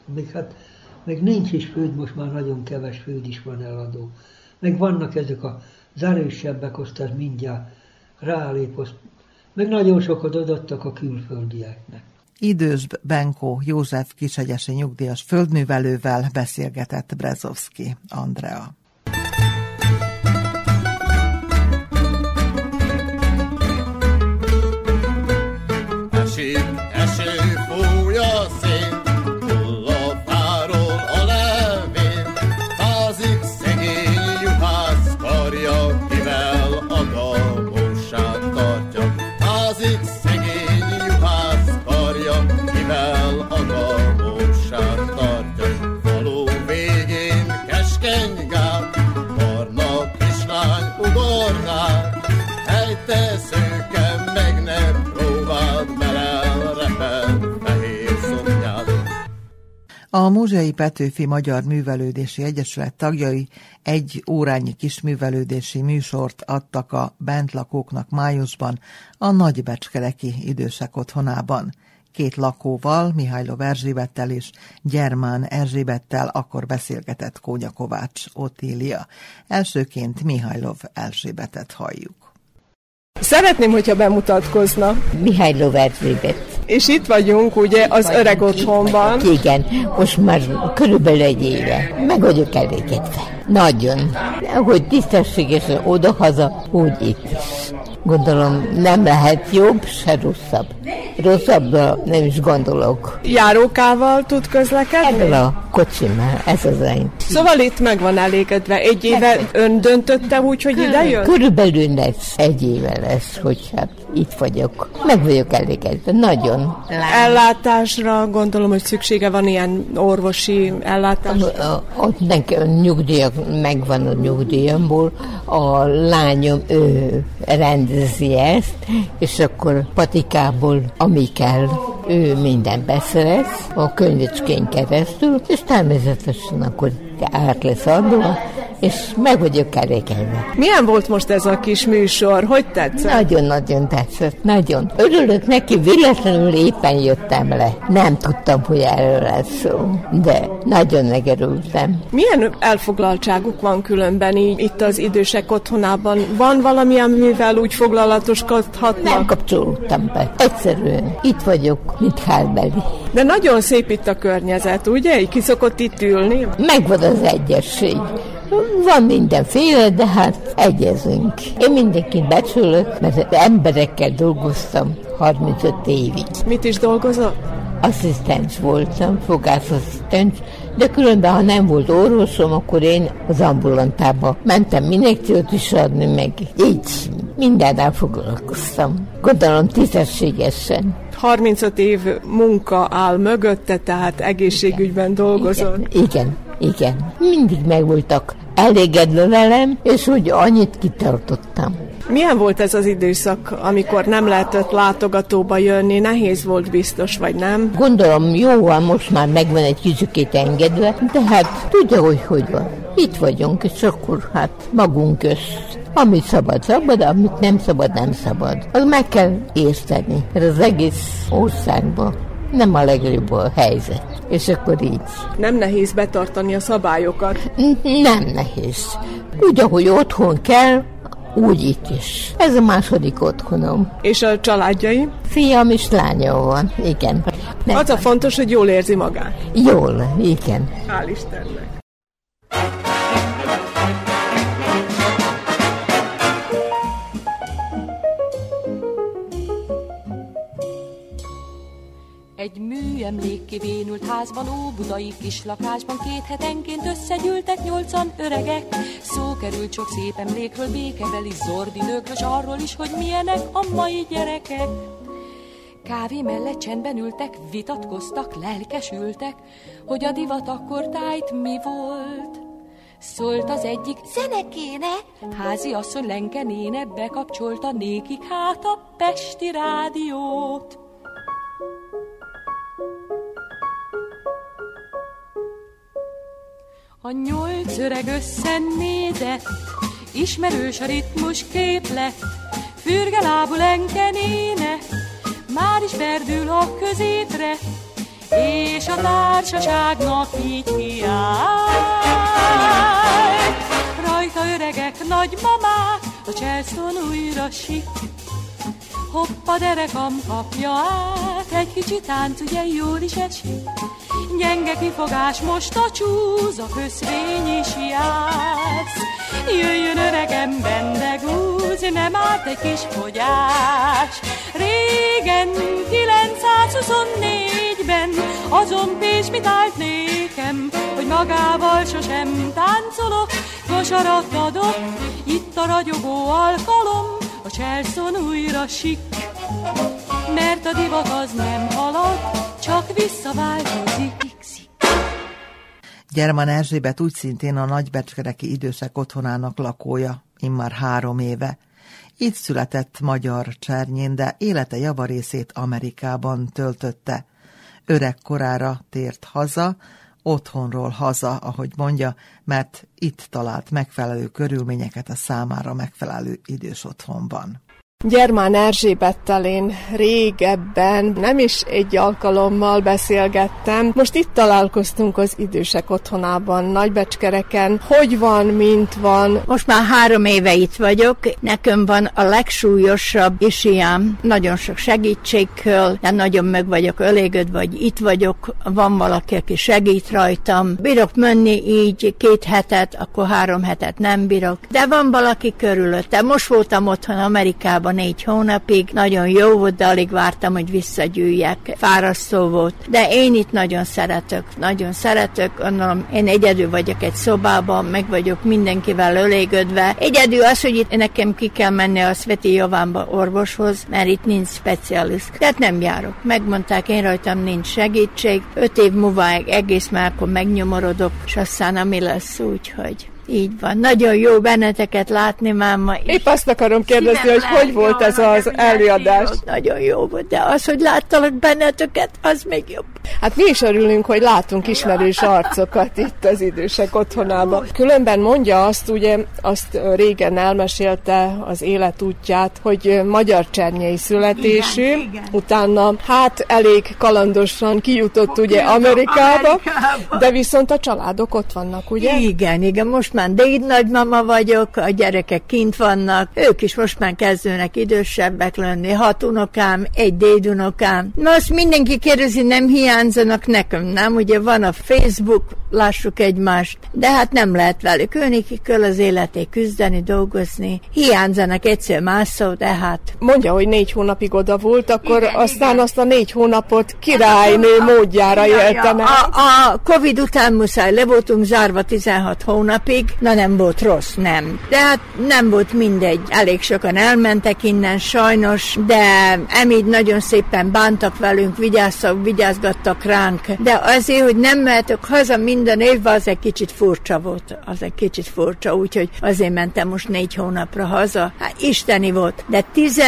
Meg nincs is föld, most már nagyon keves föld is van eladó. Meg vannak ezek az erősebbek, azt ez mindjárt rálép, meg nagyon sokat adottak a külföldieknek. Idősbb Benkó József kishegyesi nyugdíjas földművelővel beszélgetett Brezovszky Andrea. Eső fúj a szél, hull a fáról a levél, tázik szegény juhász karja, kivel a galmosát tartja. Tázik szegény juhász karja, kivel a galmosát tartja. Falu végén keskeny gál, A Múzsiai Petőfi Magyar Művelődési Egyesület tagjai egy órányi kisművelődési műsort adtak a bentlakóknak májusban a Nagybecskereki Idősek Otthonában. 2 lakóval, Mihálylov Erzsébettel és Gyermán Erzsébettel akkor beszélgetett Kónya Kovács Otília. Elsőként Mihálylov Erzsébetet halljuk. Szeretném, hogyha bemutatkozna. Mihálylov Erzsébet. És itt vagyunk ugye az öreg otthonban. Igen, most már körülbelül 1 éve. Meg vagyok elégedve. Nagyon. Ahogy tisztességesen oda-haza, úgy itt is. Gondolom nem lehet jobb, se rosszabb. Rosszabbra nem is gondolok. Járókával tud közlekedni? Ezzel a kocsimmal, ez az én. Szóval itt meg van elégedve. 1 éve ön döntötte úgy, hogy ide jön? Körülbelül lesz 1 éve lesz, hogy hát itt vagyok. Meg vagyok elégedve, nagyon. Ellátásra gondolom, hogy szüksége van ilyen orvosi ellátásra? Ott nekem nyugdíjak, megvan a nyugdíjamból. A lányom, ő rendezi ezt, és akkor patikából, ami kell, ő mindent beszerez a könyvecskén keresztül, és természetesen akkor át lesz adva, és meg vagyok elégedve. Milyen volt most ez a kis műsor? Hogy tetszett? Nagyon-nagyon tetszett, nagyon. Örülök neki, véletlenül éppen jöttem le. Nem tudtam, hogy erről lesz szó, de nagyon megörültem. Milyen elfoglaltságuk van különben így itt az Idősek Otthonában? Van valami, amivel úgy foglalatoskodhatnak? Nem kapcsolódtam be. Egyszerűen itt vagyok, mint hálbeli. De nagyon szép itt a környezet, ugye? Ki szokott itt ülni? Megvan az egyesség. Van mindenféle, de hát egyezünk. Én mindenkit becsülök, mert emberekkel dolgoztam 35 évig. Mit is dolgozott? Asszisztens voltam, fogászasszisztens, de különben, ha nem volt orvosom, akkor én az ambulantába mentem injekciót is adni, meg így mindennel foglalkoztam. Gondolom tisztességesen. 35 év munka áll mögötte, tehát egészségügyben dolgozott. Igen. Mindig megvoltak elégedve velem, és úgy annyit kitartottam. Milyen volt ez az időszak, amikor nem lehetett látogatóba jönni? Nehéz volt biztos, vagy nem? Gondolom, jóval most már megvan egy kicsikét engedve, de hát tudja, hogy van. Itt vagyunk, és akkor hát magunk közt. Amit szabad, szabad, amit nem szabad, nem szabad. Az meg kell érteni, mert az egész országban nem a legjobb a helyzet. És akkor így. Nem nehéz betartani a szabályokat? Nem nehéz. Úgy, ahogy otthon kell, úgy itt is. Ez a második otthonom. És a családjai? Fiam és lányom van, igen. Az a fontos, hogy jól érzi magát. Jól, igen. Hál' Istennek. Egy műemlék kivénült házban, óbudai kislakásban 2 hetenként összegyűltek 8-an öregek. Szó került sok szép emlékről, békebeli zordidőkről, s arról is, hogy milyenek a mai gyerekek. Kávé mellett csendben ültek, vitatkoztak, lelkesültek, hogy a divat akkor tájt mi volt. Szólt az egyik, zene kéne, házi asszony lenkenéne, bekapcsolta nékik hát a pesti rádiót. A 8 öreg összenézett, ismerős a ritmus képlet, fürge lábú lenkenéne, már is perdül a középre, és a társaságnak így kiállt. Rajta öregek nagymamák, a Charleston újra sik. Hoppa derekam kapja át, egy kicsi tánc ugye jól is esik. Gyenge kifogás most a csúz, a köszvény is játsz. Jöjjön öregem, bendegúz, nem árt egy kis fogyás. Régen, 924-ben, azon Pés mit állt nékem, hogy magával sosem táncolok, kosarat adok, itt a ragyogó alkalom, a Charleston újra sik. Mert a divat az nem halad, csak visszaváltozik. Gyermán Erzsébet úgy szintén a Nagybecskereki Idősek Otthonának lakója, immár 3 éve. Itt született magyar Csernyén, de élete javarészét Amerikában töltötte. öreg korára tért haza, otthonról haza, ahogy mondja, mert itt talált megfelelő körülményeket a számára megfelelő idős otthonban. Gyermán Erzsébettel én régebben nem is egy alkalommal beszélgettem. Most itt találkoztunk az idősek otthonában, Nagybecskereken. Hogy van, mint van? Most már 3 éve itt vagyok. Nekem van a legsúlyosabb isiám. Nagyon sok segítségkől, nem nagyon meg vagyok elégedve, vagy itt vagyok. Van valaki, aki segít rajtam. Bírok menni így 2 hetet, akkor 3 hetet nem bírok. De van valaki körülöttem. Most voltam otthon Amerikában 4 hónapig, nagyon jó volt, de alig vártam, hogy visszagyűjjek. Fárasztó volt. De én itt nagyon szeretök. Gondolom, én egyedül vagyok egy szobában, meg vagyok mindenkivel elégedve. Egyedül az, hogy itt nekem ki kell menni a Sveti Jovánba orvoshoz, mert itt nincs specialist. Tehát nem járok. Megmondták, én rajtam nincs segítség. 5 év múlva egész már akkor megnyomorodok, és aztán ami lesz, úgyhogy így van. Nagyon jó benneteket látni, máma. Épp azt akarom kérdezni, hogy volt ez az előadás. Nagyon jó volt, de az, hogy láttalak benneteket, az még jobb. Hát mi is örülünk, hogy látunk ismerős arcokat itt az idősek otthonában. Különben mondja azt, ugye, azt régen elmesélte az életútját, hogy magyar-csernyei születésű, igen. Utána hát elég kalandosan kijutott ugye Amerikába, de viszont a családok ott vannak, ugye? Igen, most már déd nagymama vagyok, a gyerekek kint vannak, ők is most már kezdőnek idősebbek lenni, 6 unokám, 1 dédunokám. Na azt mindenki kérdezi, nem hiányzanak nekem, nem? Ugye van a Facebook, lássuk egymást, de hát nem lehet velük őniki kell az életé küzdeni, dolgozni. Hiányzanak egyszer másszó, de hát... Mondja, hogy 4 hónapig oda volt, akkor igen, aztán azt a 4 hónapot királynő módjára éltem el. A Covid után muszáj, le voltunk zárva 16 hónapig, na nem volt rossz, nem. De hát nem volt mindegy. Elég sokan elmentek innen sajnos, de emígy nagyon szépen bántak velünk, vigyázgattak ránk. De azért, hogy nem mehetök haza minden évben, az egy kicsit furcsa volt. Úgyhogy azért mentem most 4 hónapra haza. Hát isteni volt. De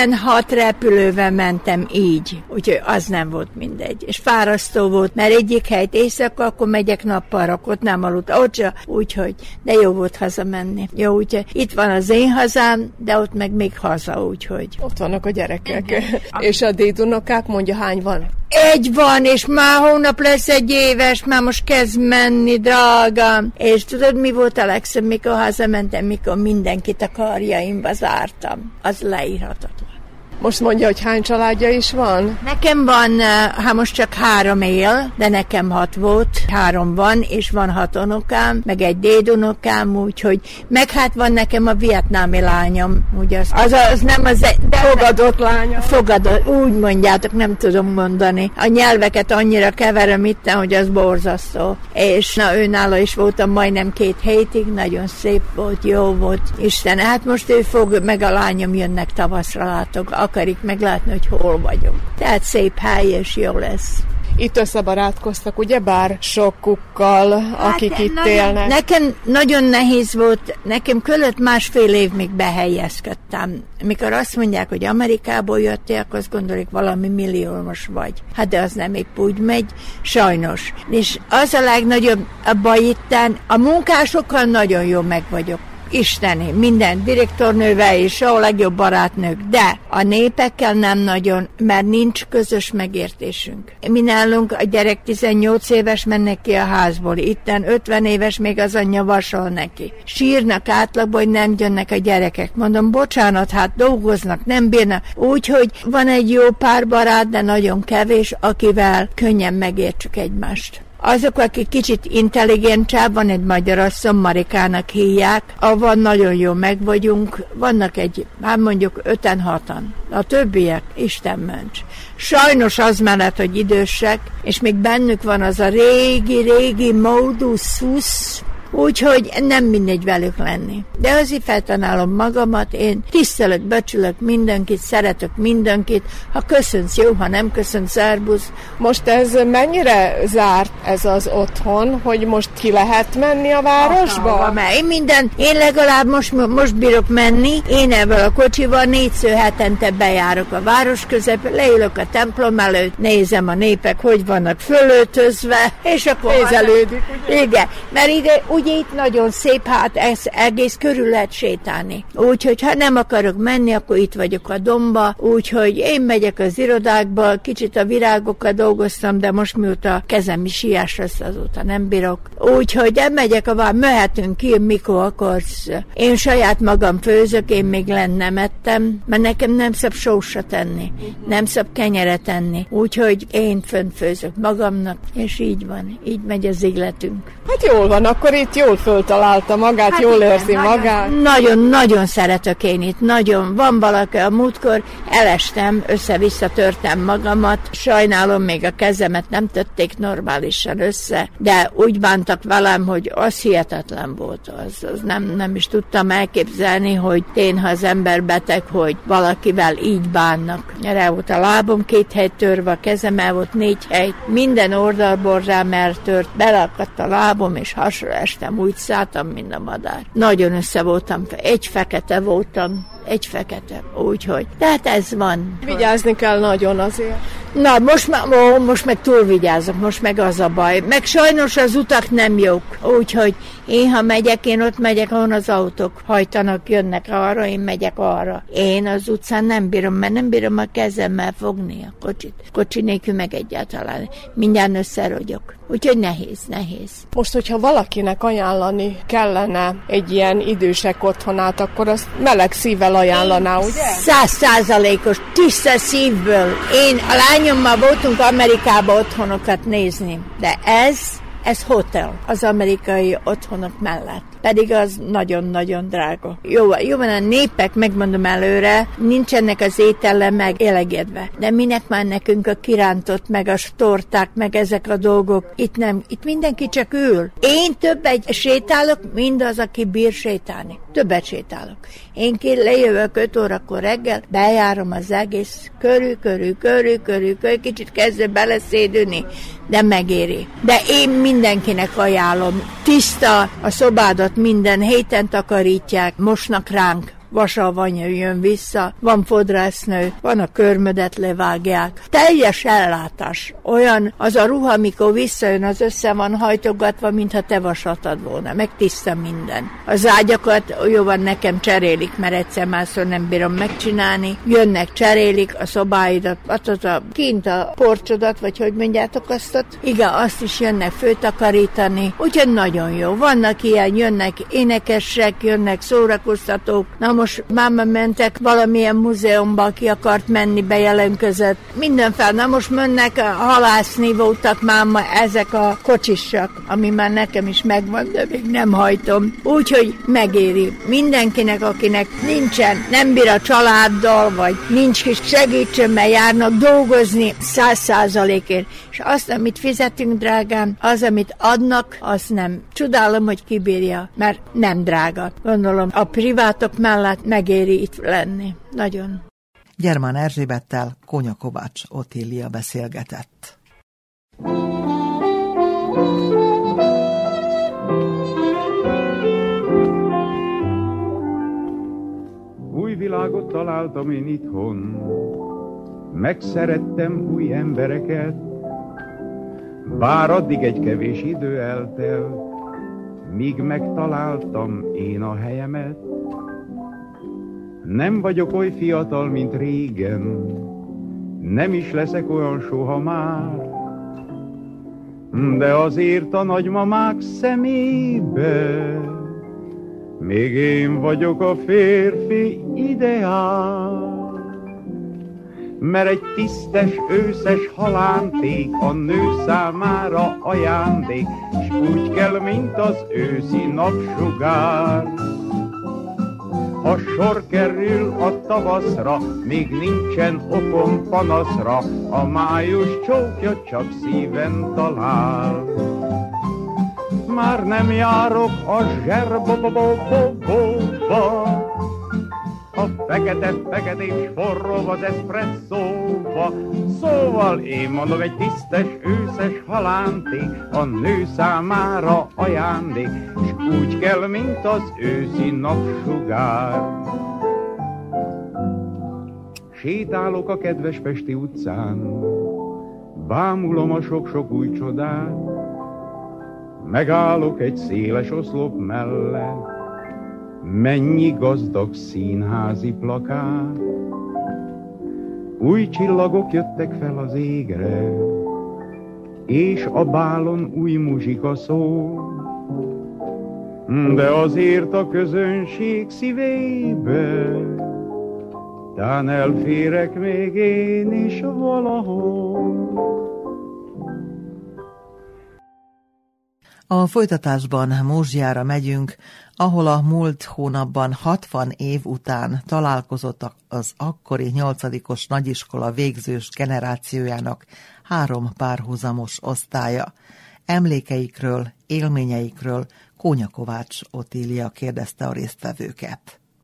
16 repülővel mentem így. Úgyhogy az nem volt mindegy. És fárasztó volt, mert egyik helyt éjszaka, akkor megyek nappalra, ott nem aludt. Úgyhogy, de jó volt hazamenni. Jó, úgyhogy itt van az én hazám, de ott meg még haza, úgyhogy. Ott vannak a gyerekek. És a dédunokák, mondja, hány van? 1 van, és már hónap lesz 1 éves, már most kezd menni, drágám. És tudod, mi volt a legszebb, mikor hazamentem, mikor mindenkit a karjaimba zártam. Az leírhatatlan. Most mondja, hogy hány családja is van? Nekem van, hát most csak 3 él, de nekem 6 volt. 3 van, és van 6 unokám, meg 1 dédunokám, úgyhogy meg hát van nekem a vietnámi lányom, ugye az nem az... De fogadott lánya. Fogadott, úgy mondjátok, nem tudom mondani. A nyelveket annyira keverem itten, hogy az borzasztó. És na, őnála is voltam majdnem 2 hétig, nagyon szép volt, jó volt. Isten, hát most ő fog, meg a lányom jönnek tavaszra, látok, akarik meglátni, hogy hol vagyunk. Tehát szép hely, és jó lesz. Itt összebarátkoztak, ugye, bár sokukkal, akik itt élnek? Nekem nagyon nehéz volt, nekem kellett 1,5 év, még behelyezkedtem. Mikor azt mondják, hogy Amerikából jöttél, akkor azt gondolik, valami milliómos vagy. Hát de az nem épp úgy megy, sajnos. És az a legnagyobb a baj itten, a munkásokkal nagyon jó meg vagyok. Isteni, minden direktornővel és a legjobb barátnők, de a népekkel nem nagyon, mert nincs közös megértésünk. Mi nálunk a gyerek 18 éves mennek ki a házból, itten 50 éves még az anyja vasol neki. Sírnak átlagban, hogy nem jönnek a gyerekek. Mondom, bocsánat, hát dolgoznak, nem bírnak. Úgyhogy van egy jó pár barát, de nagyon kevés, akivel könnyen megértsük egymást. Azok, akik kicsit intelligensebb, van egy magyar asszony, Marikának hívják, avval nagyon jó megvagyunk, vannak hát mondjuk 5-6-an. A többiek, Isten ments. Sajnos az mellett, hogy idősek, és még bennük van az a régi módú szusz, úgyhogy nem mindegy velük lenni. De azért feltanálom magamat, én tisztelök, becsülök mindenkit, szeretök mindenkit, ha köszönsz, jó, ha nem köszönsz, szerbusz. Most ez mennyire zárt ez az otthon, hogy most ki lehet menni a városba? Én legalább most bírok menni, én ebből a kocsival 4-ször hetente bejárok a város közepén, leülök a templom előtt, nézem a népek, hogy vannak fölöltözve, és akkor nézelődik. Igen, mert ide, ugye itt nagyon szép, hát ez egész körül lehet sétálni. Úgyhogy ha nem akarok menni, akkor itt vagyok a domba, úgyhogy én megyek az irodákba, kicsit a virágokkal dolgoztam, de most mióta a kezem is ilyes lesz, azóta nem bírok. Úgyhogy megyek mehetünk ki, mikor akarsz. Én saját magam főzök, én még nem ettem, mert nekem nem szab sósra tenni, nem szab kenyeret enni. Úgyhogy én fönt főzök magamnak, és így van, így megy az életünk. Hát jól van, akkor itt jól föltalálta magát, hát jól érzi magát. Nagyon szeretök én itt, nagyon. Van valaki, a múltkor elestem, össze-vissza törtem magamat, sajnálom, még a kezemet nem tették normálisan össze, de úgy bántak velem, hogy az hihetetlen volt. Az nem is tudtam elképzelni, hogy én, ha az ember beteg, hogy valakivel így bánnak. Rá volt a lábom 2 hely törve, a kezem el volt 4 hely, minden oldalból rám eltört, belakadt a lábom, és hasra estem, úgy szálltam, mint a madár. Nagyon össze voltam, egy fekete voltam, úgyhogy. Tehát ez van. Vigyázni kell nagyon azért. Na, most meg túl vigyázok, most meg az a baj. Meg sajnos az utak nem jók, úgyhogy én, ha megyek, én ott megyek, ahol az autók hajtanak, jönnek arra, én megyek arra. Én az utcán nem bírom, mert nem bírom a kezemmel fogni a kocsit. Kocsi nélkül meg egyáltalán. Mindjárt összerogyok. Úgyhogy nehéz. Most, hogyha valakinek ajánlani kellene egy ilyen idősek otthonát, akkor azt meleg szívvel ajánlaná, ugye? 100%-os, tiszta szívből. Én a lányommal voltunk Amerikába otthonokat nézni, de ez hotel az amerikai otthonok mellett. Pedig az nagyon-nagyon drága. Jó van, a népek, megmondom előre, nincsenek az étele meg elegedve. De minek már nekünk a kirántott, meg a torták, meg ezek a dolgok? Itt mindenki csak ül. Én többet sétálok, mint az, aki bír sétálni. Többet sétálok. Én lejövök 5 órakor reggel, bejárom az egész körül, kicsit kezdve beleszédülni, de megéri. De én mindenkinek ajánlom. Tiszta a szobádat, minden héten takarítják, mosnak ránk, vasalvanya jön vissza, van fodrásznő, van a körmödet levágják. Teljes ellátás. Olyan az a ruha, amikor visszajön, az össze van hajtogatva, mintha te vasaltad volna. Meg tiszta minden. Az ágyakat jó van, nekem cserélik, mert egyszer másszor nem bírom megcsinálni. Jönnek, cserélik a szobáidat, kint a porcsodat, vagy hogy mondjátok azt? Igen, azt is jönnek főtakarítani. Úgyhogy nagyon jó. Vannak ilyen, jönnek énekesek, jönnek szórakoztatók. Na most máma mentek valamilyen múzeumba, aki akart menni bejelentkezett. Mindenféle, na most mennek halászni, voltak máma ezek a kocsisak, ami már nekem is megvan, de még nem hajtom. Úgyhogy megéri mindenkinek, akinek nincsen, nem bír a családdal, vagy nincs kis segítségben járnak dolgozni 100%-ért. És azt, amit fizetünk, drágám, az, amit adnak, az nem. Csodálom, hogy kibírja, mert nem drága. Gondolom, a privátok mellett megéri itt lenni. Nagyon. Gyermán Erzsébettel Kónya Kovács Otília beszélgetett. Új világot találtam én itthon, megszerettem új embereket, bár addig egy kevés idő eltelt, míg megtaláltam én a helyemet. Nem vagyok oly fiatal, mint régen, nem is leszek olyan soha már, de azért a nagymamák szemébe még én vagyok a férfi ideál. Mert egy tisztes, őszes halánték a nő számára ajándék, s úgy kell, mint az őszi napsugár. Ha sor kerül a tavaszra, még nincsen okom panaszra, a május csókja csak szíven talál. már nem járok a zserbobobobobba. A fekete és forró az eszpresszóba. Szóval én mondom, egy tisztes őszes halánték a nő számára ajándék, s úgy kell, mint az őszi napsugár. Sétálok a kedves pesti utcán, bámulom a sok-sok új csodát, megállok egy széles oszlop mellett, mennyi gazdag színházi plakát. Új csillagok jöttek fel az égre, és a bálon új muzsika szól, de azért a közönség szívébe tán elférek még én is valahol. A folytatásban Mózsjára megyünk, ahol a múlt hónapban 60 év után találkozott az akkori 8-os nagyiskola végzős generációjának 3 párhuzamos osztálya. Emlékeikről, élményeikről Kónya Kovács Otília kérdezte a résztvevőket.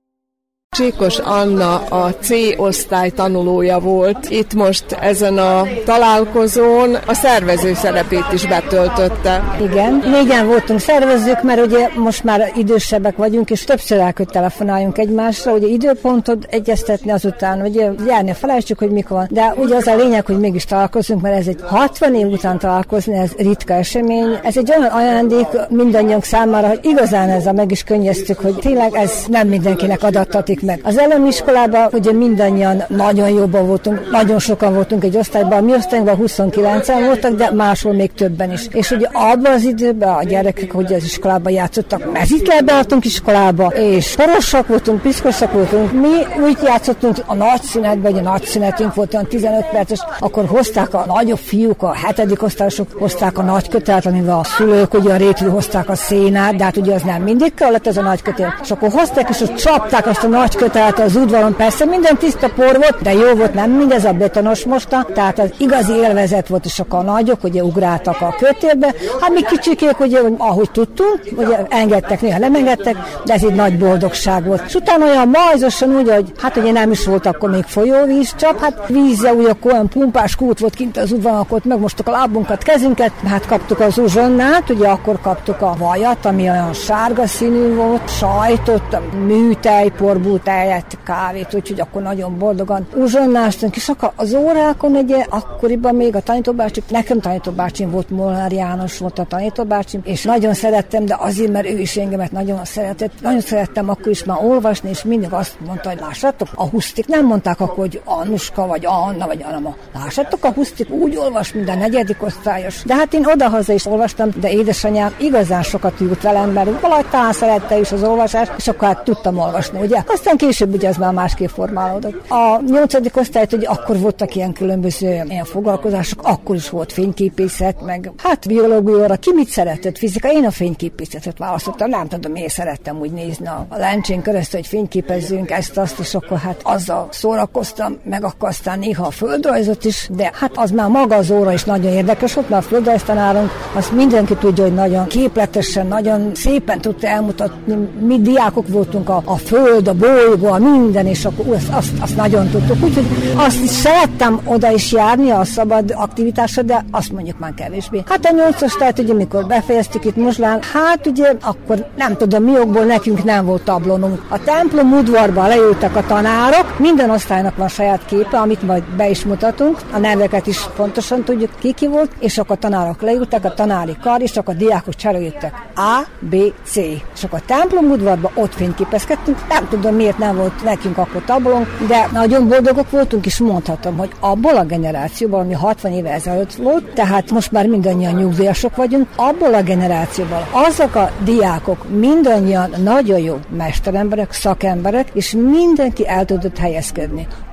Csíkos Anna a C osztály tanulója volt. Itt most ezen a találkozón a szervező szerepét is betöltötte. Igen, 4-en voltunk szervezők, mert ugye most már idősebbek vagyunk, és többször el kell telefonáljunk egymásra, ugye időpontot egyeztetni, azután ugye járni felejtsük, hogy mikor van. De ugye az a lényeg, hogy mégis találkozunk, mert ez egy 60 év után találkozni, ez ritka esemény. Ez egy olyan ajándék mindannyiunk számára, hogy igazán ezzel meg is könnyeztük, hogy tényleg ez nem mindenkinek adattatik meg. Az elemi iskolában ugye mindannyian nagyon jobban voltunk, nagyon sokan voltunk egy osztályban, mi osztályunkban 29-en voltak, de máshol még többen is. És ugye abban az időben a gyerekek ugye az iskolában játszottak, mezitlábban jártunk iskolába, és porosak voltunk, piszkosak voltunk. Mi úgy játszottunk a nagy szünetben, ugye a nagy szünetünk volt olyan 15 perces, akkor hozták a nagyobb fiúk, a 7. osztályosok hozták a nagy kötelet, amivel a szülők ugye a rétül hozták a szénát, de hát ugye az nem mindig kellett ez a nagy kötelet. És akkor hozták, és ott csapták azt a nagy kötelet az udvaron, persze minden tiszta por volt, de jó volt, nem mindez a betonos mosta, tehát az igazi élvezet volt, és akkor a nagyok ugye ugráltak a kötélbe, hát mi kicsikék, ugye, ahogy tudtunk, ugye engedtek, néha nem engedtek, de ez egy nagy boldogság volt. És utána olyan majzosan úgy, hogy hát ugye nem is volt akkor még folyóvíz, csak hát vízzel ugye akkor olyan pumpás kút volt kint az udvaron, akkor megmostuk a lábunkat, kezünket, hát kaptuk az uzsonnát, ugye akkor kaptuk a vajat, ami olyan sárga színű volt, sajtot, műtej, porbútáját, kávét, úgyhogy akkor nagyon boldogan uzsonnáztunk, és akkor az órákon ugye akkoriban még a tanítóbácsi, nekem tanítóbácsim volt, Molnár János volt a tanítóbácsim, és nagyon szerettem, de azért, mert ő is engemet nagyon szeretett, nagyon szerettem akkor is már olvasni, és mindig azt mondta, hogy lássátok, a Husztik, nem mondták akkor, hogy Annuska, vagy Anna, vagy Anna, lássátok, a Husztik úgy olvas, mint a 4. osztályos. De hát én odahaza is olvastam, de édesanyám igazán sokat ült velem, mert valahogy talán szerette is az olvasást, és akkor hát tudtam olvasni, ugye? Aztán később ugye ez már másképp formálódott. A 8. osztályt ugye akkor voltak ilyen különböző ilyen foglalkozások, akkor is volt fényképészet, meg hát biológia, ki mit szeretett, fizika, én a fényképészetet választottam, nem tudom, miért szerettem úgy nézni a lencsén keresztül, hogy fényképezzünk ezt-azt, és akkor hát azzal szórakoztam, meg akkor aztán néha a földrajzot is, de hát az már maga az óra is nagyon érdekes volt, mert a földrajztanárunk, azt mindenki tudja, hogy nagyon képletesen, nagyon szépen tudta elmutatni, mi diákok voltunk, a föld, a bolygó, a minden, és akkor azt nagyon tudtuk. Úgyhogy azt is szerettem oda is járni a szabad aktivitásra, de azt mondjuk már kevésbé. Hát a 8 osztályt, ugye mikor befejeztük itt Mozslán, hát ugye akkor nem tudom mi okból nekünk nem volt tablónunk. A templom udvarban leültek a tanárok, minden osztálynak van saját képe, amit majd be is mutatunk, a neveket is pontosan tudjuk ki volt, és akkor a tanárok leültek, a tanári kar, és akkor a diákok cserélődtek A, B, C. És akkor a templom udvarban ott fényképezkedtünk, nem tudom miért nem volt nekünk akkor tablónk, de nagyon boldogok voltunk, és mondhatom, hogy abból a generációban, ami 60 éve ezelőtt volt, tehát most már mindannyian nyugdíjasok vagyunk, abból a generációban azok a diákok mindannyian nagyon jó mesteremberek, szakemberek, és mindenki el tudott helyezkedni.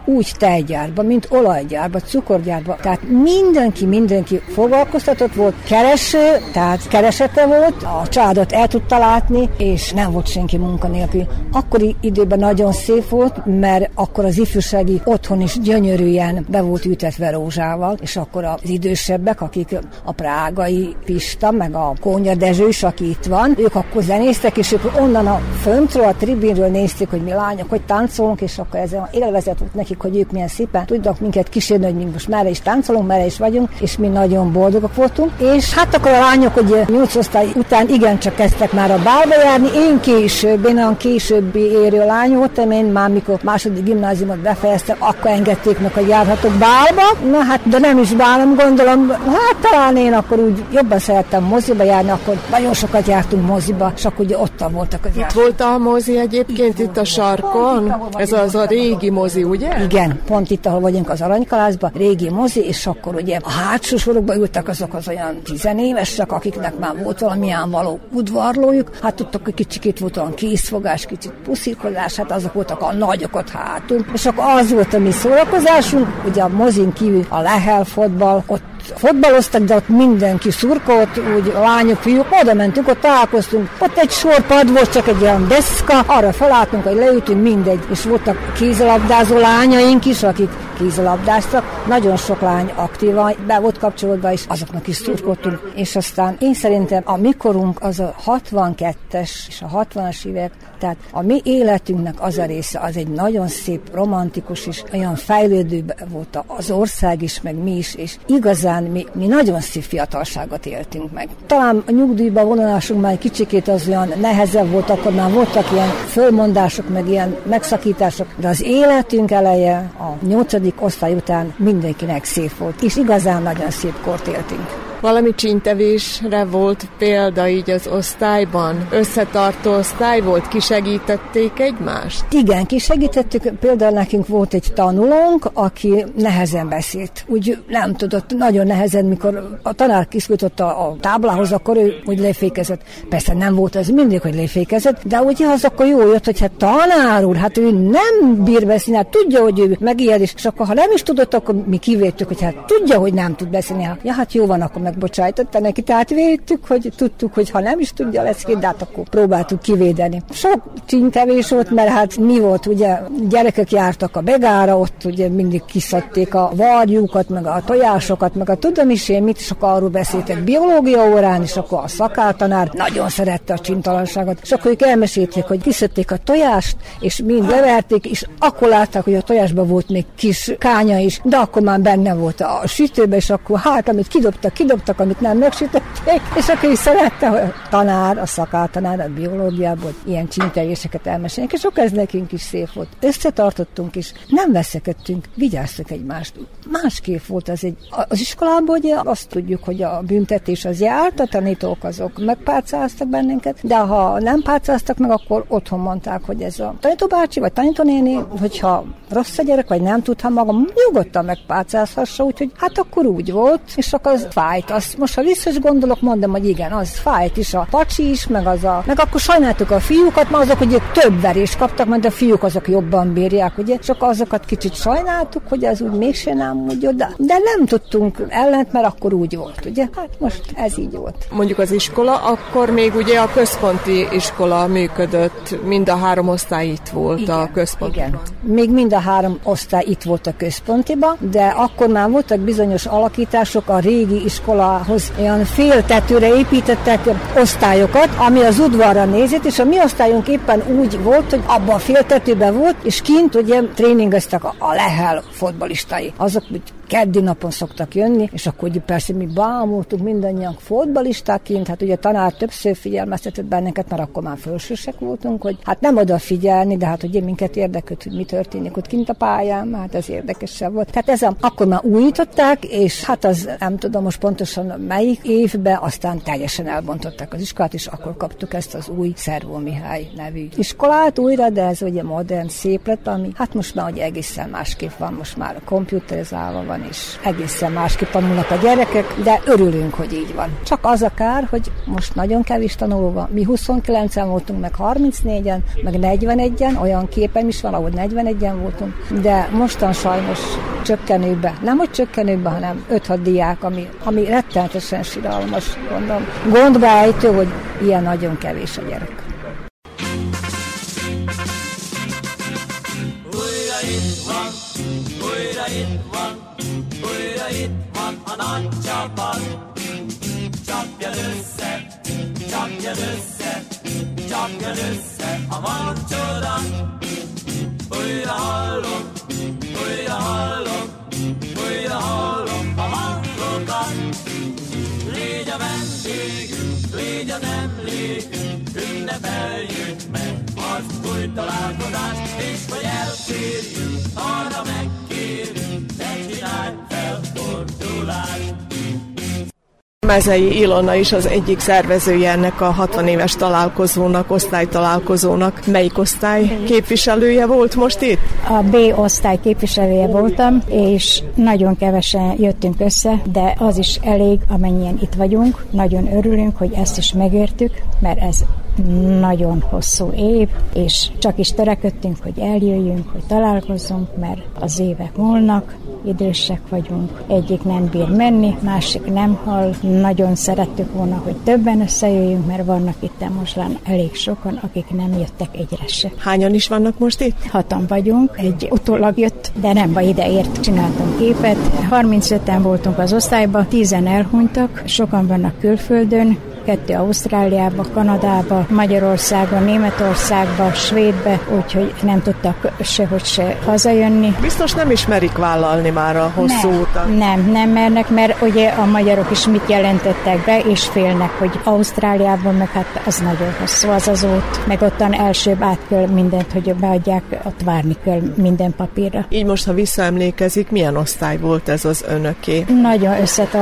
úgy tejgyárba, mint olajgyárba, cukorgyárba. Tehát mindenki foglalkoztatott volt, kereső, tehát keresete volt, a családot el tudta látni, és nem volt senki munkanélkül. Akkori időben nagyon szép volt, mert akkor az ifjúsági otthon is gyönyörűen be volt ültetve rózsával, és akkor az idősebbek, akik a prágai Pista, meg a Kónya Dezső is, aki itt van, ők akkor zenéztek, és ők onnan a föntről, a tribünről nézték, hogy mi lányok, hogy táncolunk, és akkor ez élvezet volt nekik, hogy ők milyen szépen tudnak minket kísérni, hogy mi most merre is táncolunk, merre is vagyunk, és mi nagyon boldogok voltunk. És hát akkor a lányok, ugye 8 osztály után igencsak kezdtek már a bálba járni, én olyan későbbi érő lány voltam, én már mikor második gimnáziumot befejeztem, akkor engedték meg, hogy járhatok bálba. Na hát, de nem is bálom, gondolom, hát talán én akkor úgy jobban szerettem moziba járni, akkor nagyon sokat jártunk moziba, és akkor ugye ottan voltak az Itt volt a mozi egyébként, itt a sarkon? Ez az a régi mozi, ugye? Igen, pont itt, ahol vagyunk az Aranykalászban, régi mozi, és akkor ugye a hátsó sorokban ültek azok az olyan 10 évesek, akiknek már volt valamilyen való udvarlójuk, hát tudtok, hogy kicsikét volt olyan készfogás, kicsit puszilkodás, hát azok voltak a nagyok ott hátul, és akkor az volt a mi szórakozásunk, ugye a mozin kívül a Lehel fotball, ott fotballoztak, de ott mindenki szurkolt, úgy lányok, fiúk, oda mentünk, ott találkoztunk, ott egy sorpad volt, csak egy olyan deszka, arra felálltunk, hogy leültünk, mindegy, és voltak kézilabdázó lányaink is, akik kézilabdáztak, nagyon sok lány aktívan be volt kapcsolódva, és azoknak is szurkoltunk, és aztán én szerintem a mikorunk az a 62-es és a 60-as évek, tehát a mi életünknek az a része, az egy nagyon szép, romantikus és olyan fejlődő volt az ország is, meg mi is, és igazán mi nagyon szép fiatalságot éltünk meg. Talán a nyugdíjba vonulásunk már egy kicsikét az olyan nehezebb volt, akkor már voltak ilyen fölmondások, meg ilyen megszakítások, de az életünk eleje a 8. osztály után mindenkinek szép volt, és igazán nagyon szép kort éltünk. Valami csíntevésre volt példa így az osztályban? Összetartó osztály volt? Kisegítették egymást? Igen, kisegítettük. Például nekünk volt egy tanulónk, aki nehezen beszélt. Úgy nem tudott, nagyon nehezen, mikor a tanár kiszkültötte a táblához, akkor ő úgy lefékezett. Persze nem volt az mindig, hogy lefékezett, de ugye az akkor jó jött, hogy hát tanár úr, hát ő nem bír beszélni, hát tudja, hogy ő megijed, és akkor ha nem is tudott, akkor mi kivédtük, hogy hát tudja, hogy nem tud beszélni. Ja, hát jó van, akkor megbocsájtotta neki, tehát védtük, hogy tudtuk, hogy ha nem is tudja leszkét, de hát akkor próbáltuk kivédeni. Sok csíntevés volt, mert hát mi volt, ugye gyerekek jártak a Begára, ott ugye mindig kiszedték a varjukat, meg a tojásokat, meg a tudom is én mit, és akkor arról beszéltek biológia órán, és akkor a szakáltanár nagyon szerette a csintalanságot, és akkor ők elmesélték, hogy kiszedték a tojást, és mind leverték, és akkor látták, hogy a tojásban volt még kis kánya is, de akkor már benne volt a sütőbe, és akkor hát, amit kidobtak, amit nem megsütötték, és akkor is szerette, hogy a tanár, a szakáltanár, a biológiából ilyen csíntevéseket elmesélnek, és akkor ez nekünk is szép volt. Összetartottunk is, nem veszekedtünk, vigyáztuk egymást. Másképp volt az iskolában, ugye azt tudjuk, hogy a büntetés az járt, a tanítók azok megpárcáztak bennünket, de ha nem párcáztak meg, akkor otthon mondták, hogy ez a tanítóbácsi vagy tanítónéni, hogyha rossz a gyerek, vagy nem tud, ha maga nyugodtan megpárcázhassa, úgyhogy hát akkor úgy volt, és akkor az fájt. Azt most, ha vissza is gondolok, mondom, hogy igen, az fájt is, a pacsi is, meg akkor sajnáltuk a fiúkat, mert azok ugye több verést kaptak, mert a fiúk azok jobban bírják, ugye, csak azokat kicsit sajnáltuk, hogy az úgy mégsem nem úgy oda. De nem tudtunk ellent, mert akkor úgy volt, ugye? Hát most ez így volt. Mondjuk az iskola, akkor még ugye a központi iskola működött, mind a 3 osztály itt volt, igen, a központiban. Igen, még mind a 3 osztály itt volt a központiban, de akkor már voltak bizonyos alakítások a régi iskolához, olyan féltetőre építettek osztályokat, ami az udvarra nézett, és a mi osztályunk éppen úgy volt, hogy abban a féltetőben volt, és kint ugye tréningeztek a Lehel fotbalistai. Azok keddi napon szoktak jönni, és akkor ugye persze mi bámultunk mindannyian fotbalistáként, hát ugye a tanár többször figyelmeztetett bennünket, mert akkor már felsősek voltunk, hogy hát nem odafigyelni, de hát ugye minket érdekelt, hogy mi történik ott kint a pályán, hát ez érdekesebb volt. Tehát akkor már újították, és hát az nem tudom most pontosan melyik évben, aztán teljesen elbontották az iskolát, és akkor kaptuk ezt az új Szervó Mihály nevű iskolát újra, de ez ugye modern, szép lett, ami hát most már ugye egészen másképp van, most már komputerizálva van van, és egészen másképp tanulnak a gyerekek, de örülünk, hogy így van. Csak az a kár, hogy most nagyon kevés tanuló van. Mi 29-en voltunk, meg 34-en, meg 41-en, olyan képem is van, ahogy 41-en voltunk, de mostan sajnos csökkenőbe, nem hogy csökkenőbe, hanem 5-6 diák, ami rettenetesen siralmas, gondolom. Gondba ejtő, hogy ilyen nagyon kevés a gyerek. Újra itt van a nagy csapat. Csapjad össze a mancsodat. Újra hallom a hangokat. Légy a vendégünk, légy az emlékünk, ünnepeljük meg az új találkozást, és hogy elférjünk, arra megkérünk, ne csinálj felfordulást. Mezei Ilona is az egyik szervezője ennek a 60 éves találkozónak, osztálytalálkozónak. Melyik osztály képviselője volt most itt? A B osztály képviselője voltam, és nagyon kevesen jöttünk össze, de az is elég, amennyien itt vagyunk. Nagyon örülünk, hogy ezt is megértük, mert ez nagyon hosszú év, és csak is törekedtünk, hogy eljöjjünk, hogy találkozzunk, mert az évek múlnak, idősek vagyunk, egyik nem bír menni, másik nem hall. Nagyon szerettük volna, hogy többen összejöjjünk, mert vannak itt Mozslán elég sokan, akik nem jöttek egyre se. Hányan is vannak most itt? 6-an vagyunk, egy utólag jött, de nem baj, ideért, csináltunk képet. 35-en voltunk az osztályban, 10-en elhunytak, sokan vannak külföldön, 2 Ausztráliába, Kanadába, Magyarországon, Németországba, Svédbe, úgyhogy nem tudtak sehogy se hazajönni. Biztos nem ismerik vállalni már a hosszú utat. Nem mernek, mert ugye a magyarok is mit jelentettek be, és félnek, hogy Ausztráliában meg hát az nagyon hosszú az út, meg ottan elsőbb át kell mindent, hogy beadják, ott várni kell minden papírra. Így most, ha visszaemlékezik, milyen osztály volt ez az önöké? Nagyon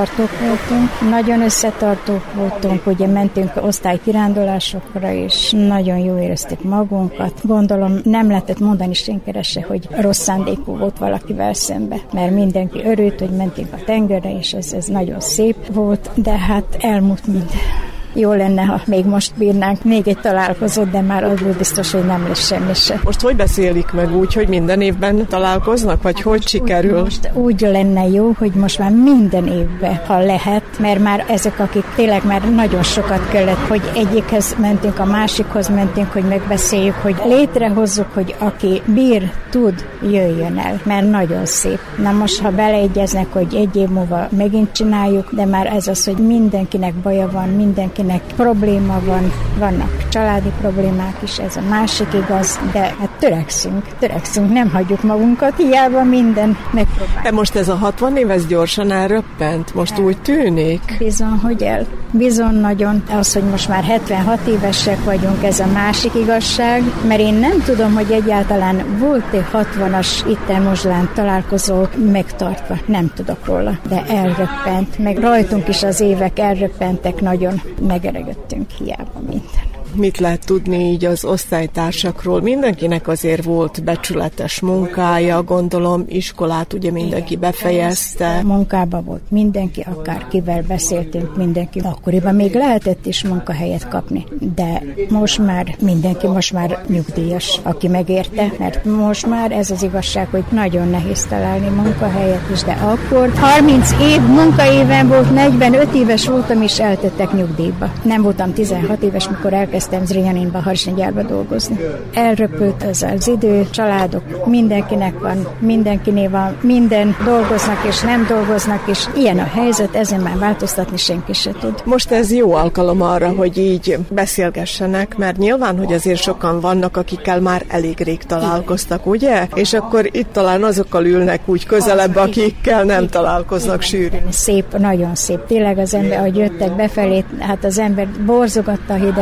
összetartók voltunk, ugye mentünk osztálykirándulásokra, és nagyon jól éreztük magunkat. Gondolom nem lehetett mondani senkire se, hogy rossz szándékú volt valakivel szembe, mert mindenki örült, hogy mentünk a tengerre, és ez nagyon szép volt, de hát elmúlt minden. Jó lenne, ha még most bírnánk még egy találkozót, de már az biztos, hogy nem lesz semmi se. Most hogy beszélik meg úgy, hogy minden évben találkoznak, vagy hát hogy sikerül? Most úgy lenne jó, hogy most már minden évben, ha lehet, mert már ezek, akik tényleg már nagyon sokat kellett, hogy egyikhez mentünk, a másikhoz mentünk, hogy megbeszéljük, hogy létrehozzuk, hogy aki bír, tud, jöjjön el, mert nagyon szép. Na most, ha beleegyeznek, hogy egy év múlva megint csináljuk, de már ez az, hogy mindenkinek baja van, mindenkinek probléma van, vannak családi problémák is, ez a másik igaz, de hát törekszünk, nem hagyjuk magunkat, hiába minden megpróbáljuk. De most ez a 60 év, ez gyorsan elröppent? Most úgy tűnik? Bizony, hogy bizony nagyon. Az, hogy most már 76 évesek vagyunk, ez a másik igazság, mert én nem tudom, hogy egyáltalán volt-e 60-as itten Mozslán találkozó megtartva, nem tudok róla, de elröppent, meg rajtunk is az évek elröppentek nagyon. Megeregedtünk, hiába minden. Mit lehet tudni így az osztálytársakról? Mindenkinek azért volt becsületes munkája, gondolom, iskolát ugye mindenki befejezte. Munkában volt mindenki, akárkivel beszéltünk, mindenki. Akkoriban még lehetett is munkahelyet kapni, de most már mindenki nyugdíjas, aki megérte, mert most már ez az igazság, hogy nagyon nehéz találni munkahelyet is, de akkor 30 év munkaéven volt, 45 éves voltam, és eltettek nyugdíjba. Nem voltam 16 éves, mikor elkezdtem Zrenjaninba, harsonygyárba dolgozni. Elröpült az idő, családok, mindenkinek van, mindenkinél van, minden dolgoznak és nem dolgoznak, és ilyen a helyzet, ezen már változtatni senki se tud. Most ez jó alkalom arra, hogy így beszélgessenek, mert nyilván, hogy azért sokan vannak, akikkel már elég rég találkoztak, ugye? És akkor itt talán azokkal ülnek úgy közelebb, akikkel nem találkoznak sűrűn. Szép, nagyon szép. Tényleg az ember, ahogy jöttek befelé, hát az ember borzogatta a hidegkönnyet,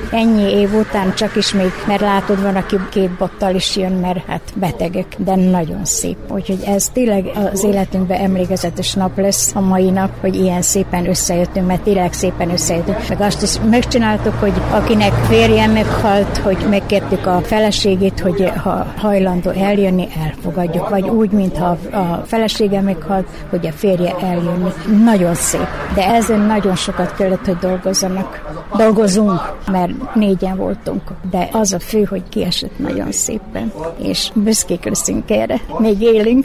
ennyi év után csak is még, mert látod, van, aki 2 bottal is jön, mert hát betegek, de nagyon szép. Úgyhogy ez tényleg az életünkben emlékezetes nap lesz a mai nap, hogy ilyen szépen összejöttünk, mert tényleg szépen összejöttünk. Meg azt is megcsináltuk, hogy akinek férje meghalt, hogy megkértük a feleségét, hogy ha hajlandó eljönni, elfogadjuk. Vagy úgy, mintha a felesége meghalt, hogy a férje eljönni. Nagyon szép. De ezen nagyon sokat kellett, hogy dolgozzunk, mert 4-en voltunk. De az a fő, hogy kiesett nagyon szépen. És büszkék leszünk erre. Még élünk.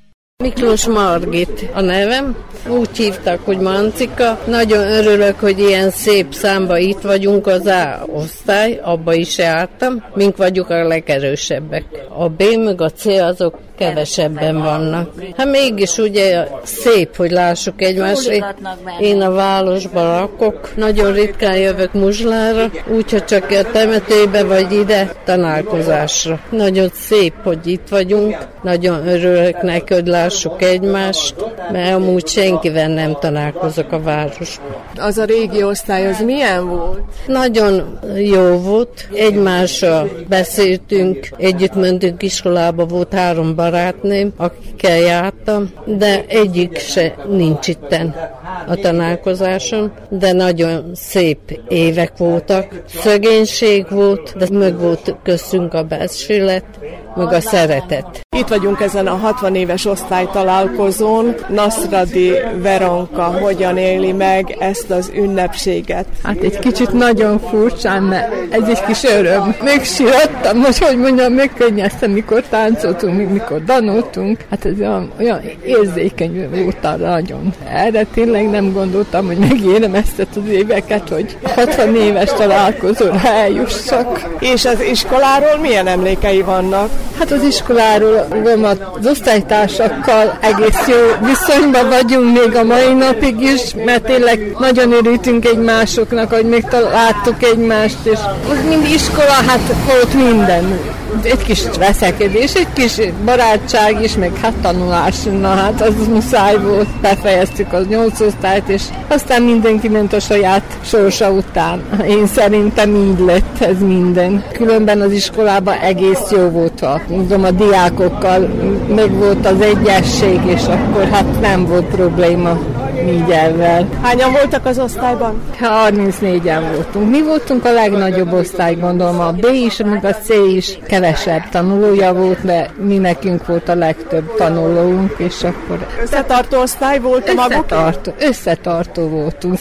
Miklós Margit a nevem, úgy hívtak, hogy Mancika. Nagyon örülök, hogy ilyen szép számba itt vagyunk, az A osztály, abba is jártam, mink vagyunk a legerősebbek. A B meg a C azok kevesebben vannak. Hát mégis ugye szép, hogy lássuk egymást. Én a városban lakok, nagyon ritkán jövök Muzslára, úgyhogy csak a temetőbe vagy ide találkozásra. Nagyon szép, hogy itt vagyunk, nagyon örülök neki, hogy lássuk egymást, mert amúgy senkivel nem találkozok a városban. Az a régi osztály, az milyen volt? Nagyon jó volt, egymással beszéltünk, együtt mentünk iskolába, volt 3 barátném, akikkel jártam, de egyik se nincs itten a találkozáson, de nagyon szép évek voltak. Szegénység volt, de meg volt köztünk a becsület, meg a szeretet. Itt vagyunk ezen a 60 éves osztálytalálkozón. Nasradi Veronka hogyan éli meg ezt az ünnepséget? Hát egy kicsit nagyon furcsán, mert ez egy kis öröm. Még sírattam, hogy mondjam, megkönnyeztem, mikor táncoltunk, mikor danultunk. Hát ez olyan érzékeny volt nagyon. Erre tényleg nem gondoltam, hogy megérem ezt az éveket, hogy 60 éves találkozóra eljussak. És az iskoláról milyen emlékei vannak? Hát az iskoláról az osztálytársakkal egész jó viszonyban vagyunk még a mai napig is, mert tényleg nagyon örültünk egymásoknak, hogy még láttuk egymást, és mind iskola, hát volt minden. Egy kis veszekedés, egy kis barátság is, meg hát tanulás, na hát az muszáj volt, befejeztük az 8 osztályt, és aztán mindenki ment a saját sorsa után. Én szerintem így lett ez minden. Különben az iskolában egész jó volt a diákokkal, meg volt az egyesség, és akkor hát nem volt probléma így elvel. Hányan voltak az osztályban? 34-en voltunk. Mi voltunk a legnagyobb osztály, gondolom, a B is, meg a C is kevesebb tanulója volt, de mi nekünk volt a legtöbb tanulónk, és akkor... Összetartó osztály volt a maguk? Összetartó voltunk,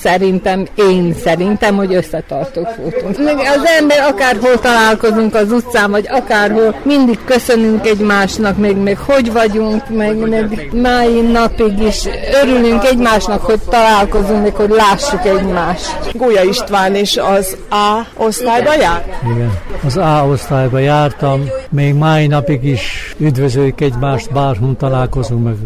én szerintem, hogy összetartók voltunk. Meg az ember akárhol találkozunk az utcán, vagy akárhol, mindig köszönünk egymásnak, meg hogy vagyunk, meg mai napig is örülünk egymásnak, hogy találkozunk, meg hogy lássuk egymást. Gólya István is az A osztályba járt? Igen, az A osztályba jártam, még mai napig is üdvözöljük egymást, bárhol találkozunk, meg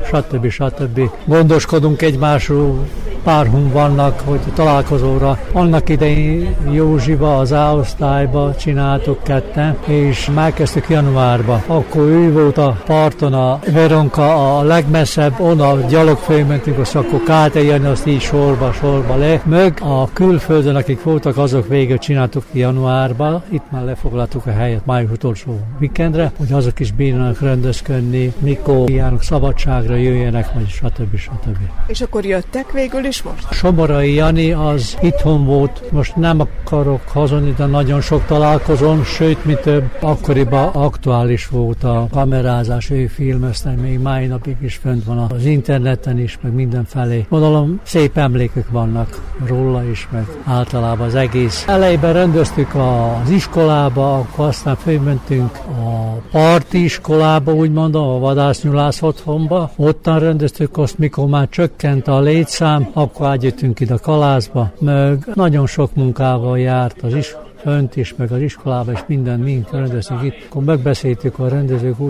stb. Gondoskodunk egymásról, párhunk vannak, hogy találkozóra. Annak idején Józsiba, az A osztályba csináltuk ketten, és megkezdtük januárba. Akkor ő volt a parton, a Veronka a legmesszebb, onnan gyalog fölmentünk, azt akkor kellett eljönni, azt így sorba le. Mög a külföldön, akik voltak, azok végül csináltuk januárban. Itt már lefoglaltuk a helyet május utolsó weekendre, hogy azok is bírnak rendezkedni, mikor járnak szabadságra, jöjjenek, vagy stb. És akkor jöttek végül is most? Somorai Jani az itthon volt, most nem akarok hazudni, de nagyon sok találkozom, sőt, mi több, akkoriban aktuális volt a kamerázás, ő filmezte, még mai napig is fönt van az interneten is, meg mindenfelé. Gondolom, szép emlékek vannak róla is, meg általában az egész. Elejében rendeztük az iskolába, akkor aztán fölmentünk a parti iskolába, úgy mondom, a vadásznyulász otthonba. Ottan rendeztük azt, mikor már csökkent a létszám, akkor átjöttünk ide a Kalászba, meg nagyon sok munkával járt az fönt is, meg az iskolában is mind rendeztük itt. Akkor megbeszéltük a rendezők úgy, hogy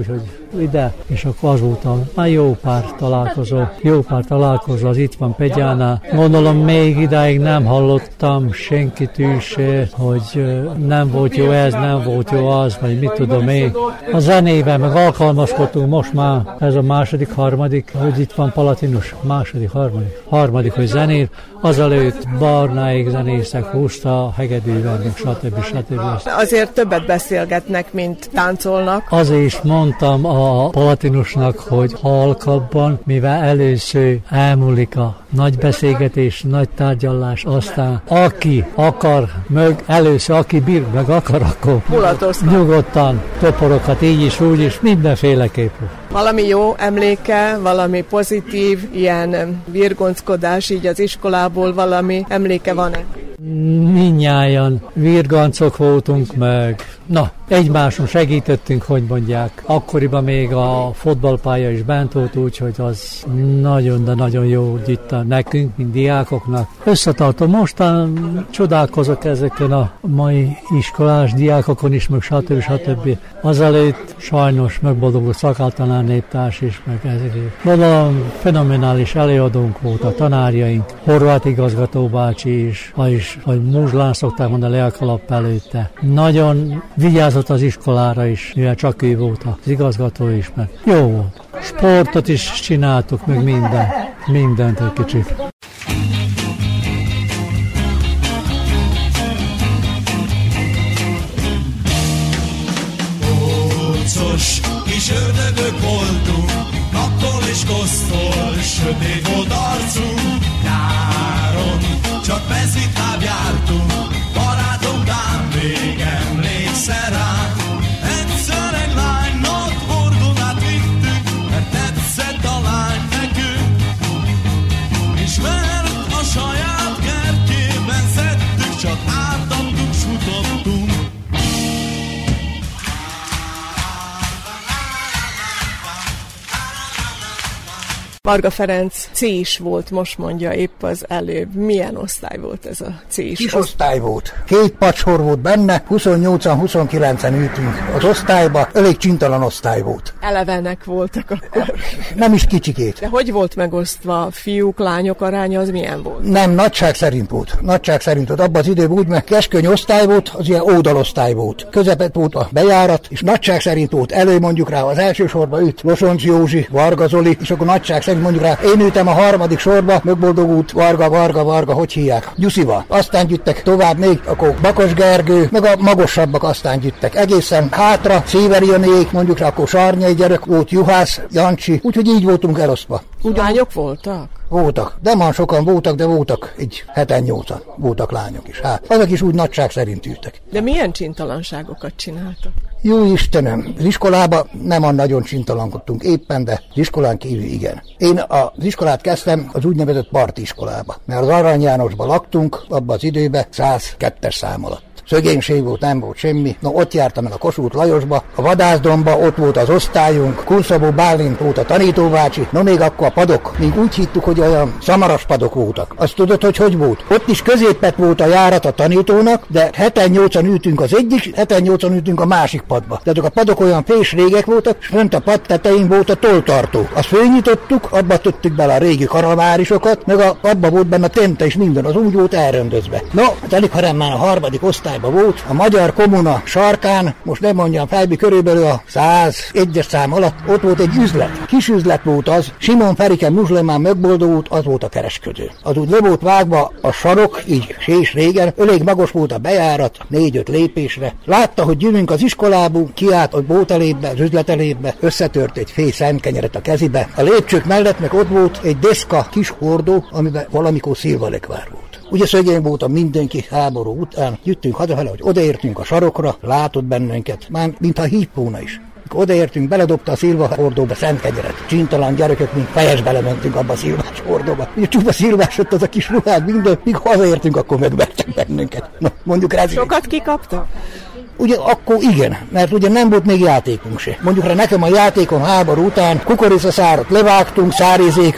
ide, és akkor azóta már jó pár találkozó, az itt van Pegyánál. Gondolom még idáig nem hallottam senkitől se, hogy nem volt jó ez, nem volt jó az, vagy mit tudom én. A zenével meg alkalmazkodtunk most már, ez a harmadik, hogy itt van Palatinus, harmadik, hogy zenél, azelőtt Barnáig zenészek, Húszta, Hegedűvel, meg stb. Azért többet beszélgetnek, mint táncolnak. Azért is mondtam a Palatinusnak, hogy halkabban, mivel először elmúlik a nagy beszélgetés, nagy tárgyalás, aztán aki akar, először aki bír, meg akar, akkor nyugodtan toporokat így is, úgy is, mindenféleképpen. Valami jó emléke, valami pozitív, ilyen virgonckodás így az iskolából, valami emléke van-e? Mindnyájan virgancok voltunk, meg egymáson segítettünk, hogy mondják. Akkoriban még a fotballpálya is bent volt, úgyhogy az nagyon, de nagyon jó itt nekünk, mint diákoknak. Összetartom, mostan csodálkozok ezeken a mai iskolás diákokon is, meg stb. Azelőtt sajnos megboldogult szakáltanár néptárs is, meg ezért. Gondolom, fenomenális előadónk volt a tanárjaink, Horváth igazgató bácsi is, vagy Muzslán szokták mondani Leakalap előtte. Nagyon vigyázott az iskolára is, mivel csak ő volt az igazgató is, meg jó volt. Sportot is csináltuk, meg mindent egy kicsit. Ócos kis ördögök voltunk, naptól és kosztól, sötét volt arcunk. Nyáron csak mezitláb jártunk, barátunk ám még emlékszel rám. Egyszer egy lánynak hordonát vittük, mert tetszett a lány nekünk. És mert a saját kertjében szedtük, csak átadtuk, futottunk. Varga Ferenc C is volt, most mondja épp az előbb. Milyen osztály volt ez a C is? Kis osztály volt. 2 pacsor volt benne, 28-an, 29-en ültünk az osztályba, elég csintalan osztály volt. Elevenek voltak akkor. Nem is kicsikét. De hogy volt megosztva? Fiúk, lányok aránya az milyen volt? Nem, nagyság szerint volt. Abban az időben úgy, mert keskeny osztály volt, az ilyen ódalosztály volt. Közepet volt a bejárat, és nagyság szerint volt. Elő mondjuk rá az első sorba ült Losonc Józsi, Varga Zoli, és akkor nagyság mondjuk rá, én ültem a 3. sorba, megboldogult Varga, hogy hívják, Gyuszival. Aztán gyűjtek tovább még, akkor Bakos Gergő, meg a magosabbak aztán gyűjtek. Egészen hátra, Széveri Janék, mondjuk rá, akkor Sarnyai gyerek volt, Juhász, Jancsi, úgyhogy így voltunk elosztva. Lányok voltak? Voltak, de már sokan voltak, de voltak egy 7-8-an, voltak lányok is. Azok is úgy nagyság szerint ültek. De milyen csintalanságokat csináltak? Jó Istenem, az iskolába nem olyan nagyon csintalankodtunk éppen, de az iskolán kívül igen. Én az iskolát kezdtem az úgynevezett parti iskolába, mert az Arany Jánosban laktunk, abban az időben 102-es szám alatt. Szögénység volt, nem volt semmi. Ott jártam el a Kossuth Lajosba, a Vadászdomba, ott volt az osztályunk, Kunszabó Bálint volt a tanítóbácsi, még akkor a padok, mink úgy hittük, hogy olyan szamaras padok voltak. Azt tudod, hogy volt? Ott is középet volt a járat a tanítónak, de 7-8-an ültünk az egyik, 7-8-an ültünk a másik padba. De azok a padok olyan fésrégek voltak, és fönt a pad tetején volt a tolltartó. Azt fölnyitottuk, abba tettük bele a régi karavárisokat, meg abba volt benne a tente és minden, az úgy volt elrendezve. Elég harán már a 3. osztályban volt, a Magyar Kommuna sarkán, most nem mondjam fejbi, körülbelül a 101-es szám alatt, ott volt egy üzlet. Kis üzlet volt az, Simon Ferike Muzslemán megboldogult, az volt a kereskedő. Az úgy le volt vágva a sarok, így sés régen, elég magas volt a bejárat, 4-5 lépésre. Látta, hogy jövünk az iskolából, kiállt a bolt elébe, az üzlet elébe, összetört egy fél szemkenyeret a kezibe. A lépcsők mellett meg ott volt egy deszka kis hordó, amiben valamikor szilvalekvár volt. Ugye szegény voltam mindenki háború után, jöttünk hazafele, hogy odaértünk a sarokra, látott bennünket, már mintha hívpóna is. Odaértünk, beledobta a szilva hordóba szemkegyeret. Csintalan gyerekek, mint fejes belementünk abba a szilvás hordóba. Ugye csupa szilvásott az a kis ruhák, minden, míg hazaértünk, akkor megvertek bennünket. Mondjuk rá. Sokat kikaptak? Ugye akkor igen, mert ugye nem volt még játékunk se. Mondjuk rá nekem a játékon háború után kukoricaszárat levágtunk, szárézéköt,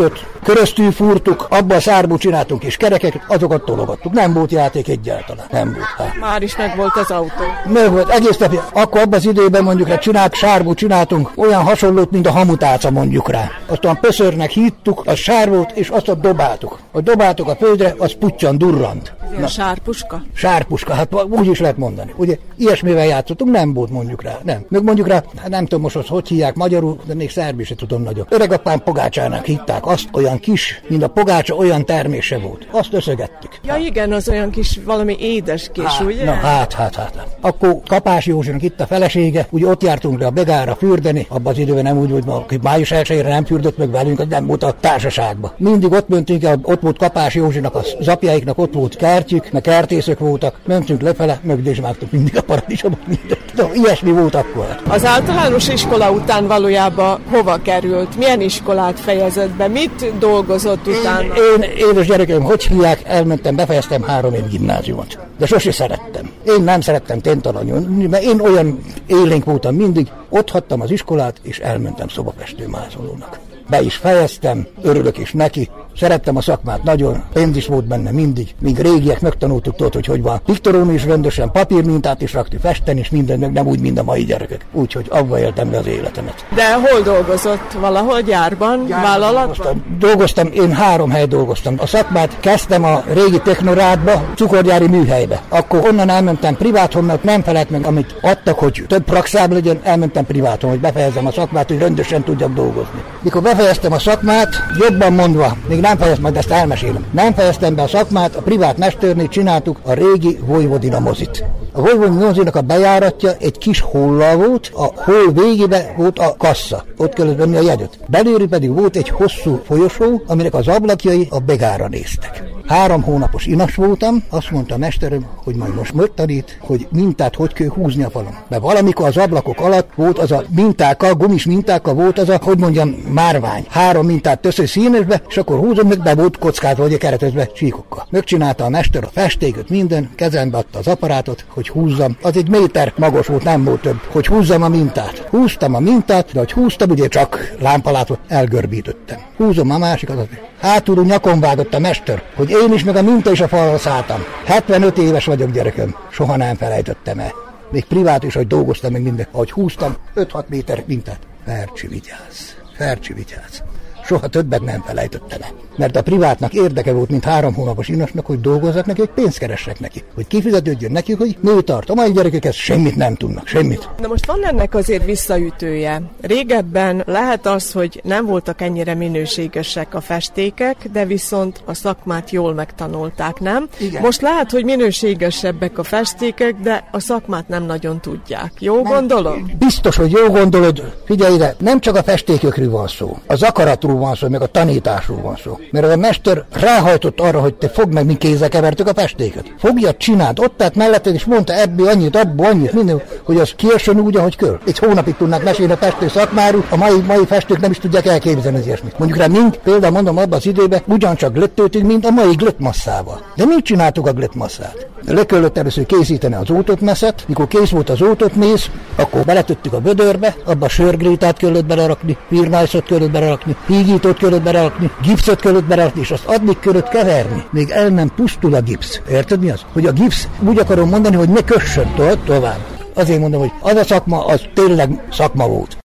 köröztül fúrtuk, abban a szárból csináltunk kis kerekeket, azokat tologattuk. Nem volt játék egyáltalán. Nem volt. Hát. Már is meg volt az autó. Meg volt, egész nap. Akkor abban az időben mondjuk rá sárból csináltunk olyan hasonlót, mint a hamutáca mondjuk rá. Aztán pöszörnek hívtuk, az sár volt, és azt ott dobáltuk. Hogy dobáltuk a földre, az puttyan durrant. Ez sárpuska? Sárpuska, hát úgy is lehet mondani. Ugye ilyesmivel játszottunk, nem volt mondjuk rá. Nem. Meg mondjuk rá, hát nem tudom most hogy hívják magyarul, de még szerbi se tudom nagyon. Öregapám pogácsának hitták, azt olyan kis, mint a pogácsa, olyan termése volt. Azt összegettük. Ja igen, az olyan kis valami édeskés, ugye? Na hát. Akkor Kapás Józsinak itt a felesége, ugye ott jártunk le a Begára fürdeni, abban az időben nem úgy volt, aki május 1-ére nem fürdött meg velünk, az nem volt a társaságban. Mindig ott mentünk, ott volt Kapás Józsinak, az apjáiknak ott volt kertjük, meg kertészek voltak, mentünk lefele, megdésmáltuk mindig a paradicsomot, mindent. De ilyesmi volt akkor. Az általános iskola után valójában hova került? Milyen iskolát fejezett be? Mit dolgozott utána? Én édes gyerekeim, hogy hívják, elmentem, befejeztem 3 év gimnáziumot. De sose szerettem. Én nem szerettem téntalanul, mert én olyan élénk voltam mindig, ott hagytam az iskolát, és elmentem szobafestőmázolónak. Be is fejeztem, örülök is neki, szerettem a szakmát nagyon, pénz is volt benne mindig, míg régiek megtanultuk tudod, hogy van piktorón is rendesen, papírmintát is rakni, festeni is minden, meg nem úgy, mint a mai gyerekek. Úgyhogy avval éltem le az életemet. De hol dolgozott? Valahol gyárban? Vállalatban? Dolgoztam, én 3 helyen dolgoztam. A szakmát kezdtem a régi Technorádba, cukorgyári műhelybe. Akkor onnan elmentem priváthon, mert nem felelt meg, amit adtak, hogy több praxább legyen, elmentem priváthon, hogy befejezzem a szakmát, hogy rendesen tudjak dolgozni. Mikor befejeztem a szakmát, jobban mondva, még nem fejeztem, majd ezt elmesélem. Nem fejeztem be a szakmát, a privát mesternél csináltuk a régi Vojvodina mozit. A Vojvodina mozinak a bejáratja egy kis hollal volt, a holl végébe volt a kassa. Ott kellett venni a jegyet. Belőle pedig volt egy hosszú folyosó, aminek az ablakjai a Begára néztek. 3 hónapos inas voltam, azt mondta a mesterem, hogy majd most megtanít, hogy mintát hogy kell húzni a falon. Mert valamikor az ablakok alatt volt az a mintákkal, gumis mintákkal volt az a, hogy mondjam, márvány. 3 mintát tesző színesbe, és akkor húzom, meg be volt kockázva, vagy keretezve csíkokkal. Megcsinálta a mester a festéket, minden, kezembe adta az aparátot, hogy húzzam. Az 1 méter magas volt, nem volt több, hogy húzzam a mintát. Húztam a mintát, de hogy húztam, ugye csak lámpalátot elgörbítöttem. Húzom a másikat, hátulról nyakon vágott a mester, hogy én is meg a minta is a falra szálltam. 75 éves vagyok, gyerekem. Soha nem felejtettem el. Még privát is, hogy dolgoztam meg minden, ahogy húztam, 5-6 méter mintát. Fercsi, vigyázz. Soha többet nem felejtettem el. Mert a privátnak érdeke volt, mint 3 hónapos inasnak, hogy dolgozzak neki, hogy pénzt keressek neki. Hogy kifizetődjön neki, hogy nőtart. A mai gyerekek ezt semmit nem tudnak, semmit. Na most van ennek azért visszaütője. Régebben lehet az, hogy nem voltak ennyire minőségesek a festékek, de viszont a szakmát jól megtanulták, nem? Igen. Most lehet, hogy minőségesebbek a festékek, de a szakmát nem nagyon tudják. Jó gondolom? Biztos, hogy jó gondolod. Figyelj ide, nem csak a festékökről van szó. Az akaratról van szó, meg a tanításról van szó. Mert a mester ráhajtott arra, hogy te fogd meg, mi kézzel kevertük a festéket. Fogja, csináld, ott állt melletted, és mondta ebből annyit, abból annyit, minden, hogy az kiesön úgy, ahogy kell. 1 hónapig tudnak mesélni a festő szakmáról, a mai festők nem is tudják elképzelni az ilyesmit. Mondjuk rá mink, például mondom abban az időben, ugyancsak glöttöltünk, mint a mai glöttmasszával. De mit csináltuk a glöttmasszát? Le kellett először készíteni az ótotmeszet, mikor kész volt az ótotmész, akkor beletettük a vödörbe, abba sörgrétát kellett belerakni, pirnájszot kellett belerakni, hígítót kellett belerakni, gipszot kellett belerakni, és azt addig kellett keverni. Még el nem pusztul a gipsz. Érted mi az? Hogy a gipsz, úgy akarom mondani, hogy ne kössön tovább. Azért mondom, hogy az a szakma, az tényleg szakma volt.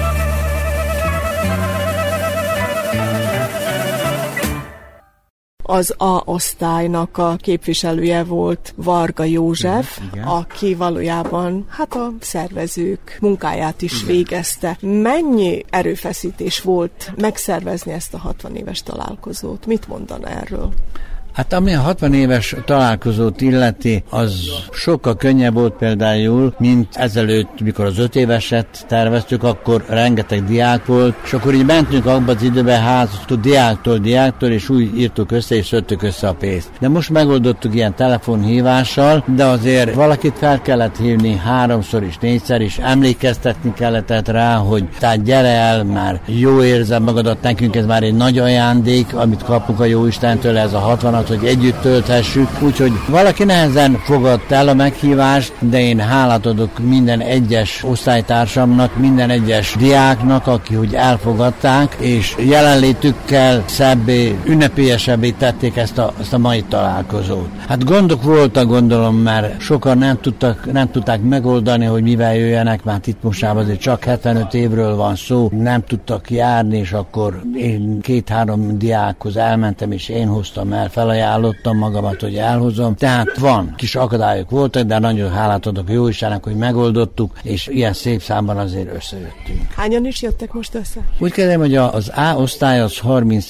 Az A-osztálynak a képviselője volt Varga József, aki valójában a szervezők munkáját is végezte. Mennyi erőfeszítés volt megszervezni ezt a 60 éves találkozót? Mit mondaná erről? Hát ami a 60 éves találkozót illeti, az sokkal könnyebb volt például, mint ezelőtt, mikor az 5 éveset terveztük, akkor rengeteg diák volt, és akkor így mentünk abban az időben házat diáktól, és úgy írtuk össze, és szedtük össze a pénzt. De most megoldottuk ilyen telefonhívással, de azért valakit fel kellett hívni 3-szor is, 4-szer is, emlékeztetni kellett rá, hogy tehát gyere el, már jó érzem magadat, nekünk ez már egy nagy ajándék, amit kapunk a Jóistentől, ez a 60 volt, hogy együtt tölthessük, úgyhogy valaki nehezen fogadta el a meghívást, de én hálát adok minden egyes osztálytársamnak, minden egyes diáknak, aki úgy elfogadták, és jelenlétükkel szebbé, ünnepélyesebbé tették ezt a mai találkozót. Hát gondok voltak, gondolom, mert sokan nem tudták megoldani, hogy mivel jöjjenek, mert itt mostában azért csak 75 évről van szó, nem tudtak járni, és akkor én 2-3 diákhoz elmentem, és én hoztam el, felajánlottam magamat, hogy elhozom. Tehát van, kis akadályok voltak, de nagyon hálát adok jó Istennek, hogy megoldottuk, és ilyen szép számban azért összejöttünk. Hányan is jöttek most össze? Úgy kérdem, hogy az A osztály az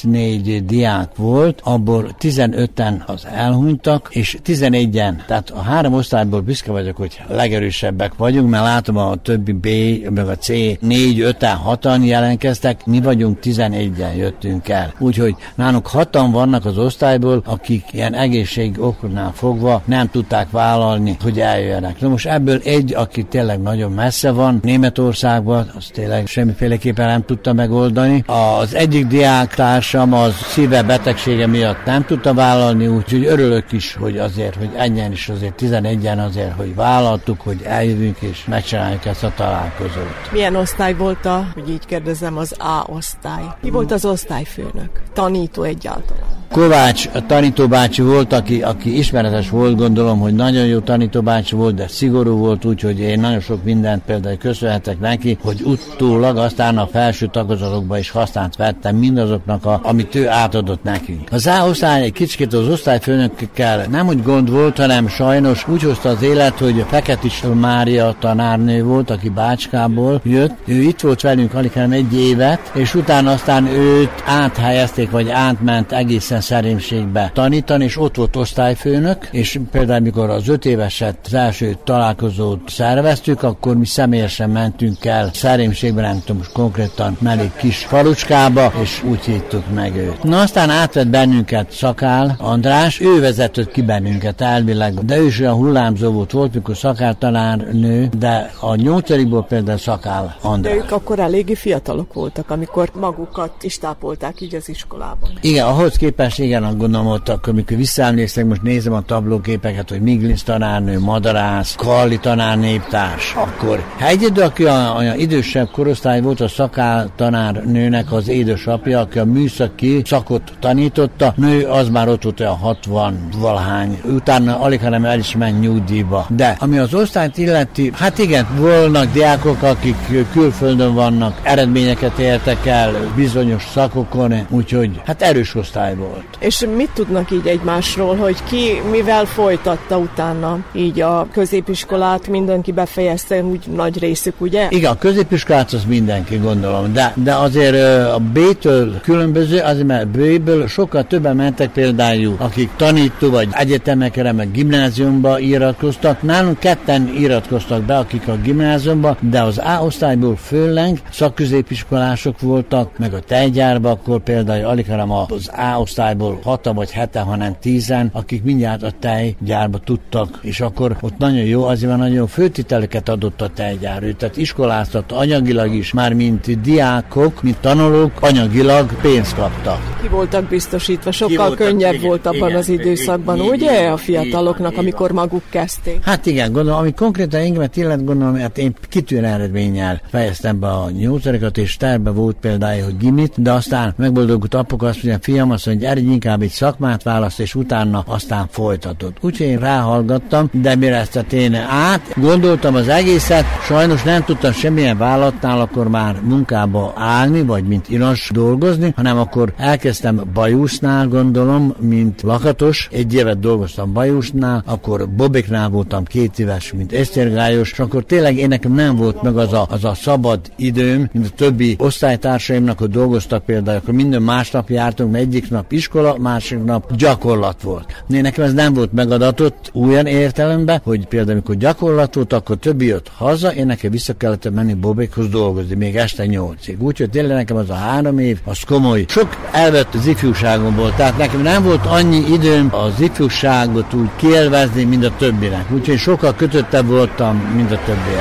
34 diák volt, abból 15-en az elhunytak, és 11-en, tehát a 3 osztályból büszke vagyok, hogy legerősebbek vagyunk, mert látom a többi B, meg a C 4-5-en, 6-an jelentkeztek, mi vagyunk 11-en jöttünk el. Úgyhogy nálunk 6-an vannak az osztályból, akik ilyen egészség oknál fogva nem tudták vállalni, hogy eljöjjenek. Na most ebből egy, aki tényleg nagyon messze van, Németországban, az tényleg semmiféleképpen nem tudta megoldani. Az egyik diáktársam az szíve betegsége miatt nem tudta vállalni, úgyhogy örülök is, hogy azért, hogy ennyien is azért 11-en azért, hogy vállaltuk, hogy eljövünk és megcsináljuk ezt a találkozót. Milyen osztály volt hogy így kérdezem, az A osztály? Ki volt az osztályfőnök? Tanító egyáltalán? Kovács tanítóbácsi volt, aki ismeretes volt, gondolom, hogy nagyon jó tanítóbácsi volt, de szigorú volt, úgyhogy én nagyon sok mindent például köszönhetek neki, hogy utólag aztán a felső tagozatokba is használt vettem mindazoknak, amit ő átadott nekünk. Az A osztály egy kicsit az osztályfőnökkel nem úgy gond volt, hanem sajnos úgy hozta az élet, hogy Feketis Mária tanárnő volt, aki Bácskából jött. Ő itt volt velünk alig hanem 1 évet, és utána aztán őt áthelyezték, vagy átment egészen Szerémségbe tanítani, és ott volt osztályfőnök, és például mikor az 5 éveset, az első találkozót szerveztük, akkor mi személyesen mentünk el Szerémségbe, nem tudom most konkrétan melyik kis falucskába, és úgy hívtuk meg őt. Na aztán átvett bennünket Szakál András, ő vezetett ki bennünket elvileg, de ő is olyan hullámzó volt, mikor Szakál tanárnő, de a 8-ból például Szakál András. De ők akkor eléggé fiatalok voltak, amikor magukat is tápolták így az iskolában. Igen, ahhoz képest igen, gondolom ott, akkor amikor visszaemlékszek, most nézem a tablóképeket, hogy Miglinc tanárnő, Madarász, Kalli tanár néptárs, akkor egyedül, aki olyan idősebb korosztály volt, a Szakál tanárnőnek az édesapja, aki a műszaki szakot tanította, nő az már ott volt olyan 60-valahány, utána alig hanem el is ment nyugdíjba. De ami az osztályt illeti, hát igen, volnak diákok, akik külföldön vannak, eredményeket értek el bizonyos szakokon, úgyhogy hát erős osztály volt. És mit tudnak így egymásról, hogy ki mivel folytatta utána így a középiskolát, mindenki befejezte úgy nagy részük, ugye? Igen, a középiskolát az mindenki, gondolom, de azért a B-től különböző, azért mert B-ből sokkal többen mentek például, akik tanító vagy egyetemekre, meg gimnáziumba iratkoztak. Nálunk 2 iratkoztak be, akik a gimnáziumba, de az A osztályból főleg szakközépiskolások voltak, meg a tejgyárba, akkor például alig hanem az A osztályból 6 vagy 7, hanem 10, akik mindjárt a tejgyárba tudtak, és akkor ott nagyon jó, azért már nagyon főtiteleket adott a tejgyár. Tehát iskoláztat anyagilag is, már mint diákok, mint tanulók anyagilag pénzt kaptak. Ki voltak biztosítva, sokkal könnyebb volt abban az időszakban, ugye? A fiataloknak, amikor maguk kezdték. Hát igen, gondolom, ami konkrétan engemet illet, gondolom, hát én kitűnő eredménnyel fejeztem be a 8-at, és terve volt például, hogy gimit, de aztán megboldogult apuk azt mondja, fiam, azt mondja, hogy inkább egy szakmát választ, és utána aztán folytatott. Úgyhogy én ráhallgattam, de mire ezt én gondoltam az egészet, sajnos nem tudtam semmilyen vállalatnál akkor már munkába állni, vagy mint inas dolgozni, hanem akkor elkezdtem Bajusznál, gondolom, mint lakatos, 1 évet dolgoztam Bajusnál, akkor Bobéknál voltam 2 éves, mint esztergályos, és akkor tényleg én nekem nem volt meg az a szabad időm, mint a többi osztálytársaimnak, hogy dolgoztak például, akkor minden másnap jártunk, mert egyik nap iskola, másik nap gyakorlat volt. Nekem ez nem volt megadatott olyan értelemben, hogy például amikor gyakorlat volt, akkor többi jött haza, én nekem vissza kellett menni Bobékhoz dolgozni, még este 8-ig. Úgyhogy tényleg nekem az a 3 év, az komoly. Sok elvett az ifjúságomból, tehát nekem nem volt annyi időm az ifjúságot úgy kielvezni, mint a többinek. Úgyhogy sokkal kötöttebb voltam, mint a többiek.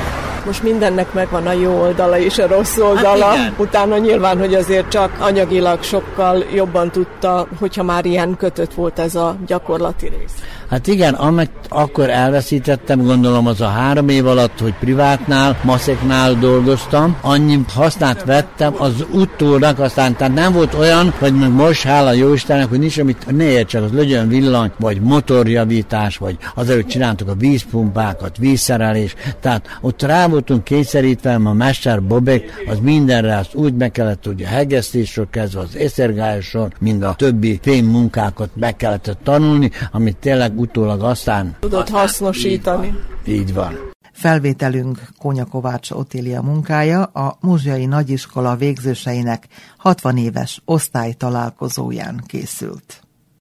Most mindennek megvan a jó oldala és a rossz oldala. Hát utána nyilván, hogy azért csak anyagilag sokkal jobban tudta, hogyha már ilyen kötött volt ez a gyakorlati rész. Hát igen, amit akkor elveszítettem, gondolom az a 3 év alatt, hogy privátnál, maszeknál dolgoztam, annyi hasznát vettem az utólag, aztán tehát nem volt olyan, hogy meg most hála jó Istennek, hogy nincs, amit ne értsek, az legyen villany, vagy motorjavítás, vagy azelőtt csináltuk a vízpumpákat, vízszerelés, tehát ott rá voltunk kényszerítve, a mester Bobek, az mindenre azt úgy meg kellett tudja hegesztésről kezdve az észergályosról, mind a többi fémmunkákat meg kellett tanulni, amit tényleg utólag aztán tudott hasznosítani. Így van. Felvételünk Kónya Kovács Otília munkája a Muzsiai Nagyiskola végzőseinek 60 éves osztálytalálkozóján készült.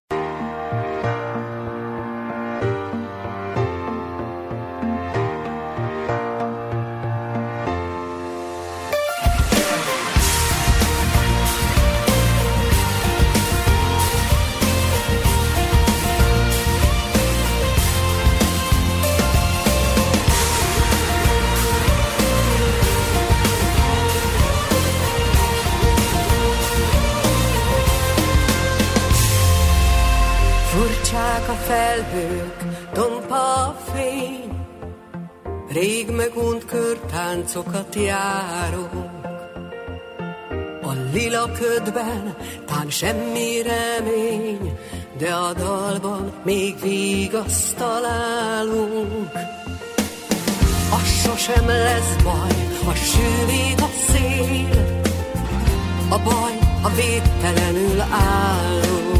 Furcsák a felhők, tompa a fény, rég megunt körtáncokat járunk. A lila ködben tán semmi remény, de a dalban még vigaszt találunk. Az sosem lesz baj, ha sűrít a szél, a baj, ha védtelenül állunk.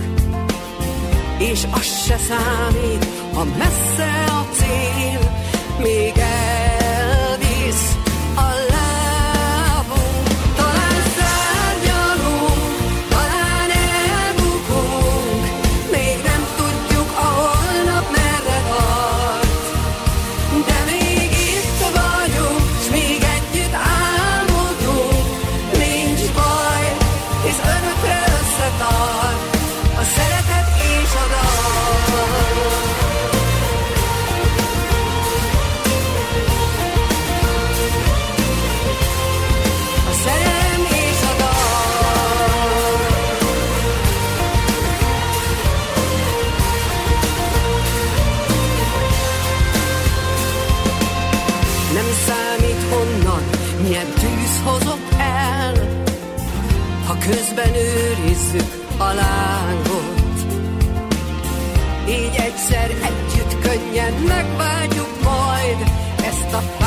És az se számít, ha messze a cél, még elvisz a lábunk. Talán szárnyalunk, talán elbukunk, még nem tudjuk a holnap merre tart. De még itt vagyunk, s még együtt álmodunk, nincs baj, hisz örökre összetart a szeretet és a dal. A szerelem és a dal. Nem számít honnan, milyen tűz hozott el, ha közben őrizzük a lángot. Így egyszer együtt könnyen megváltjuk majd ezt a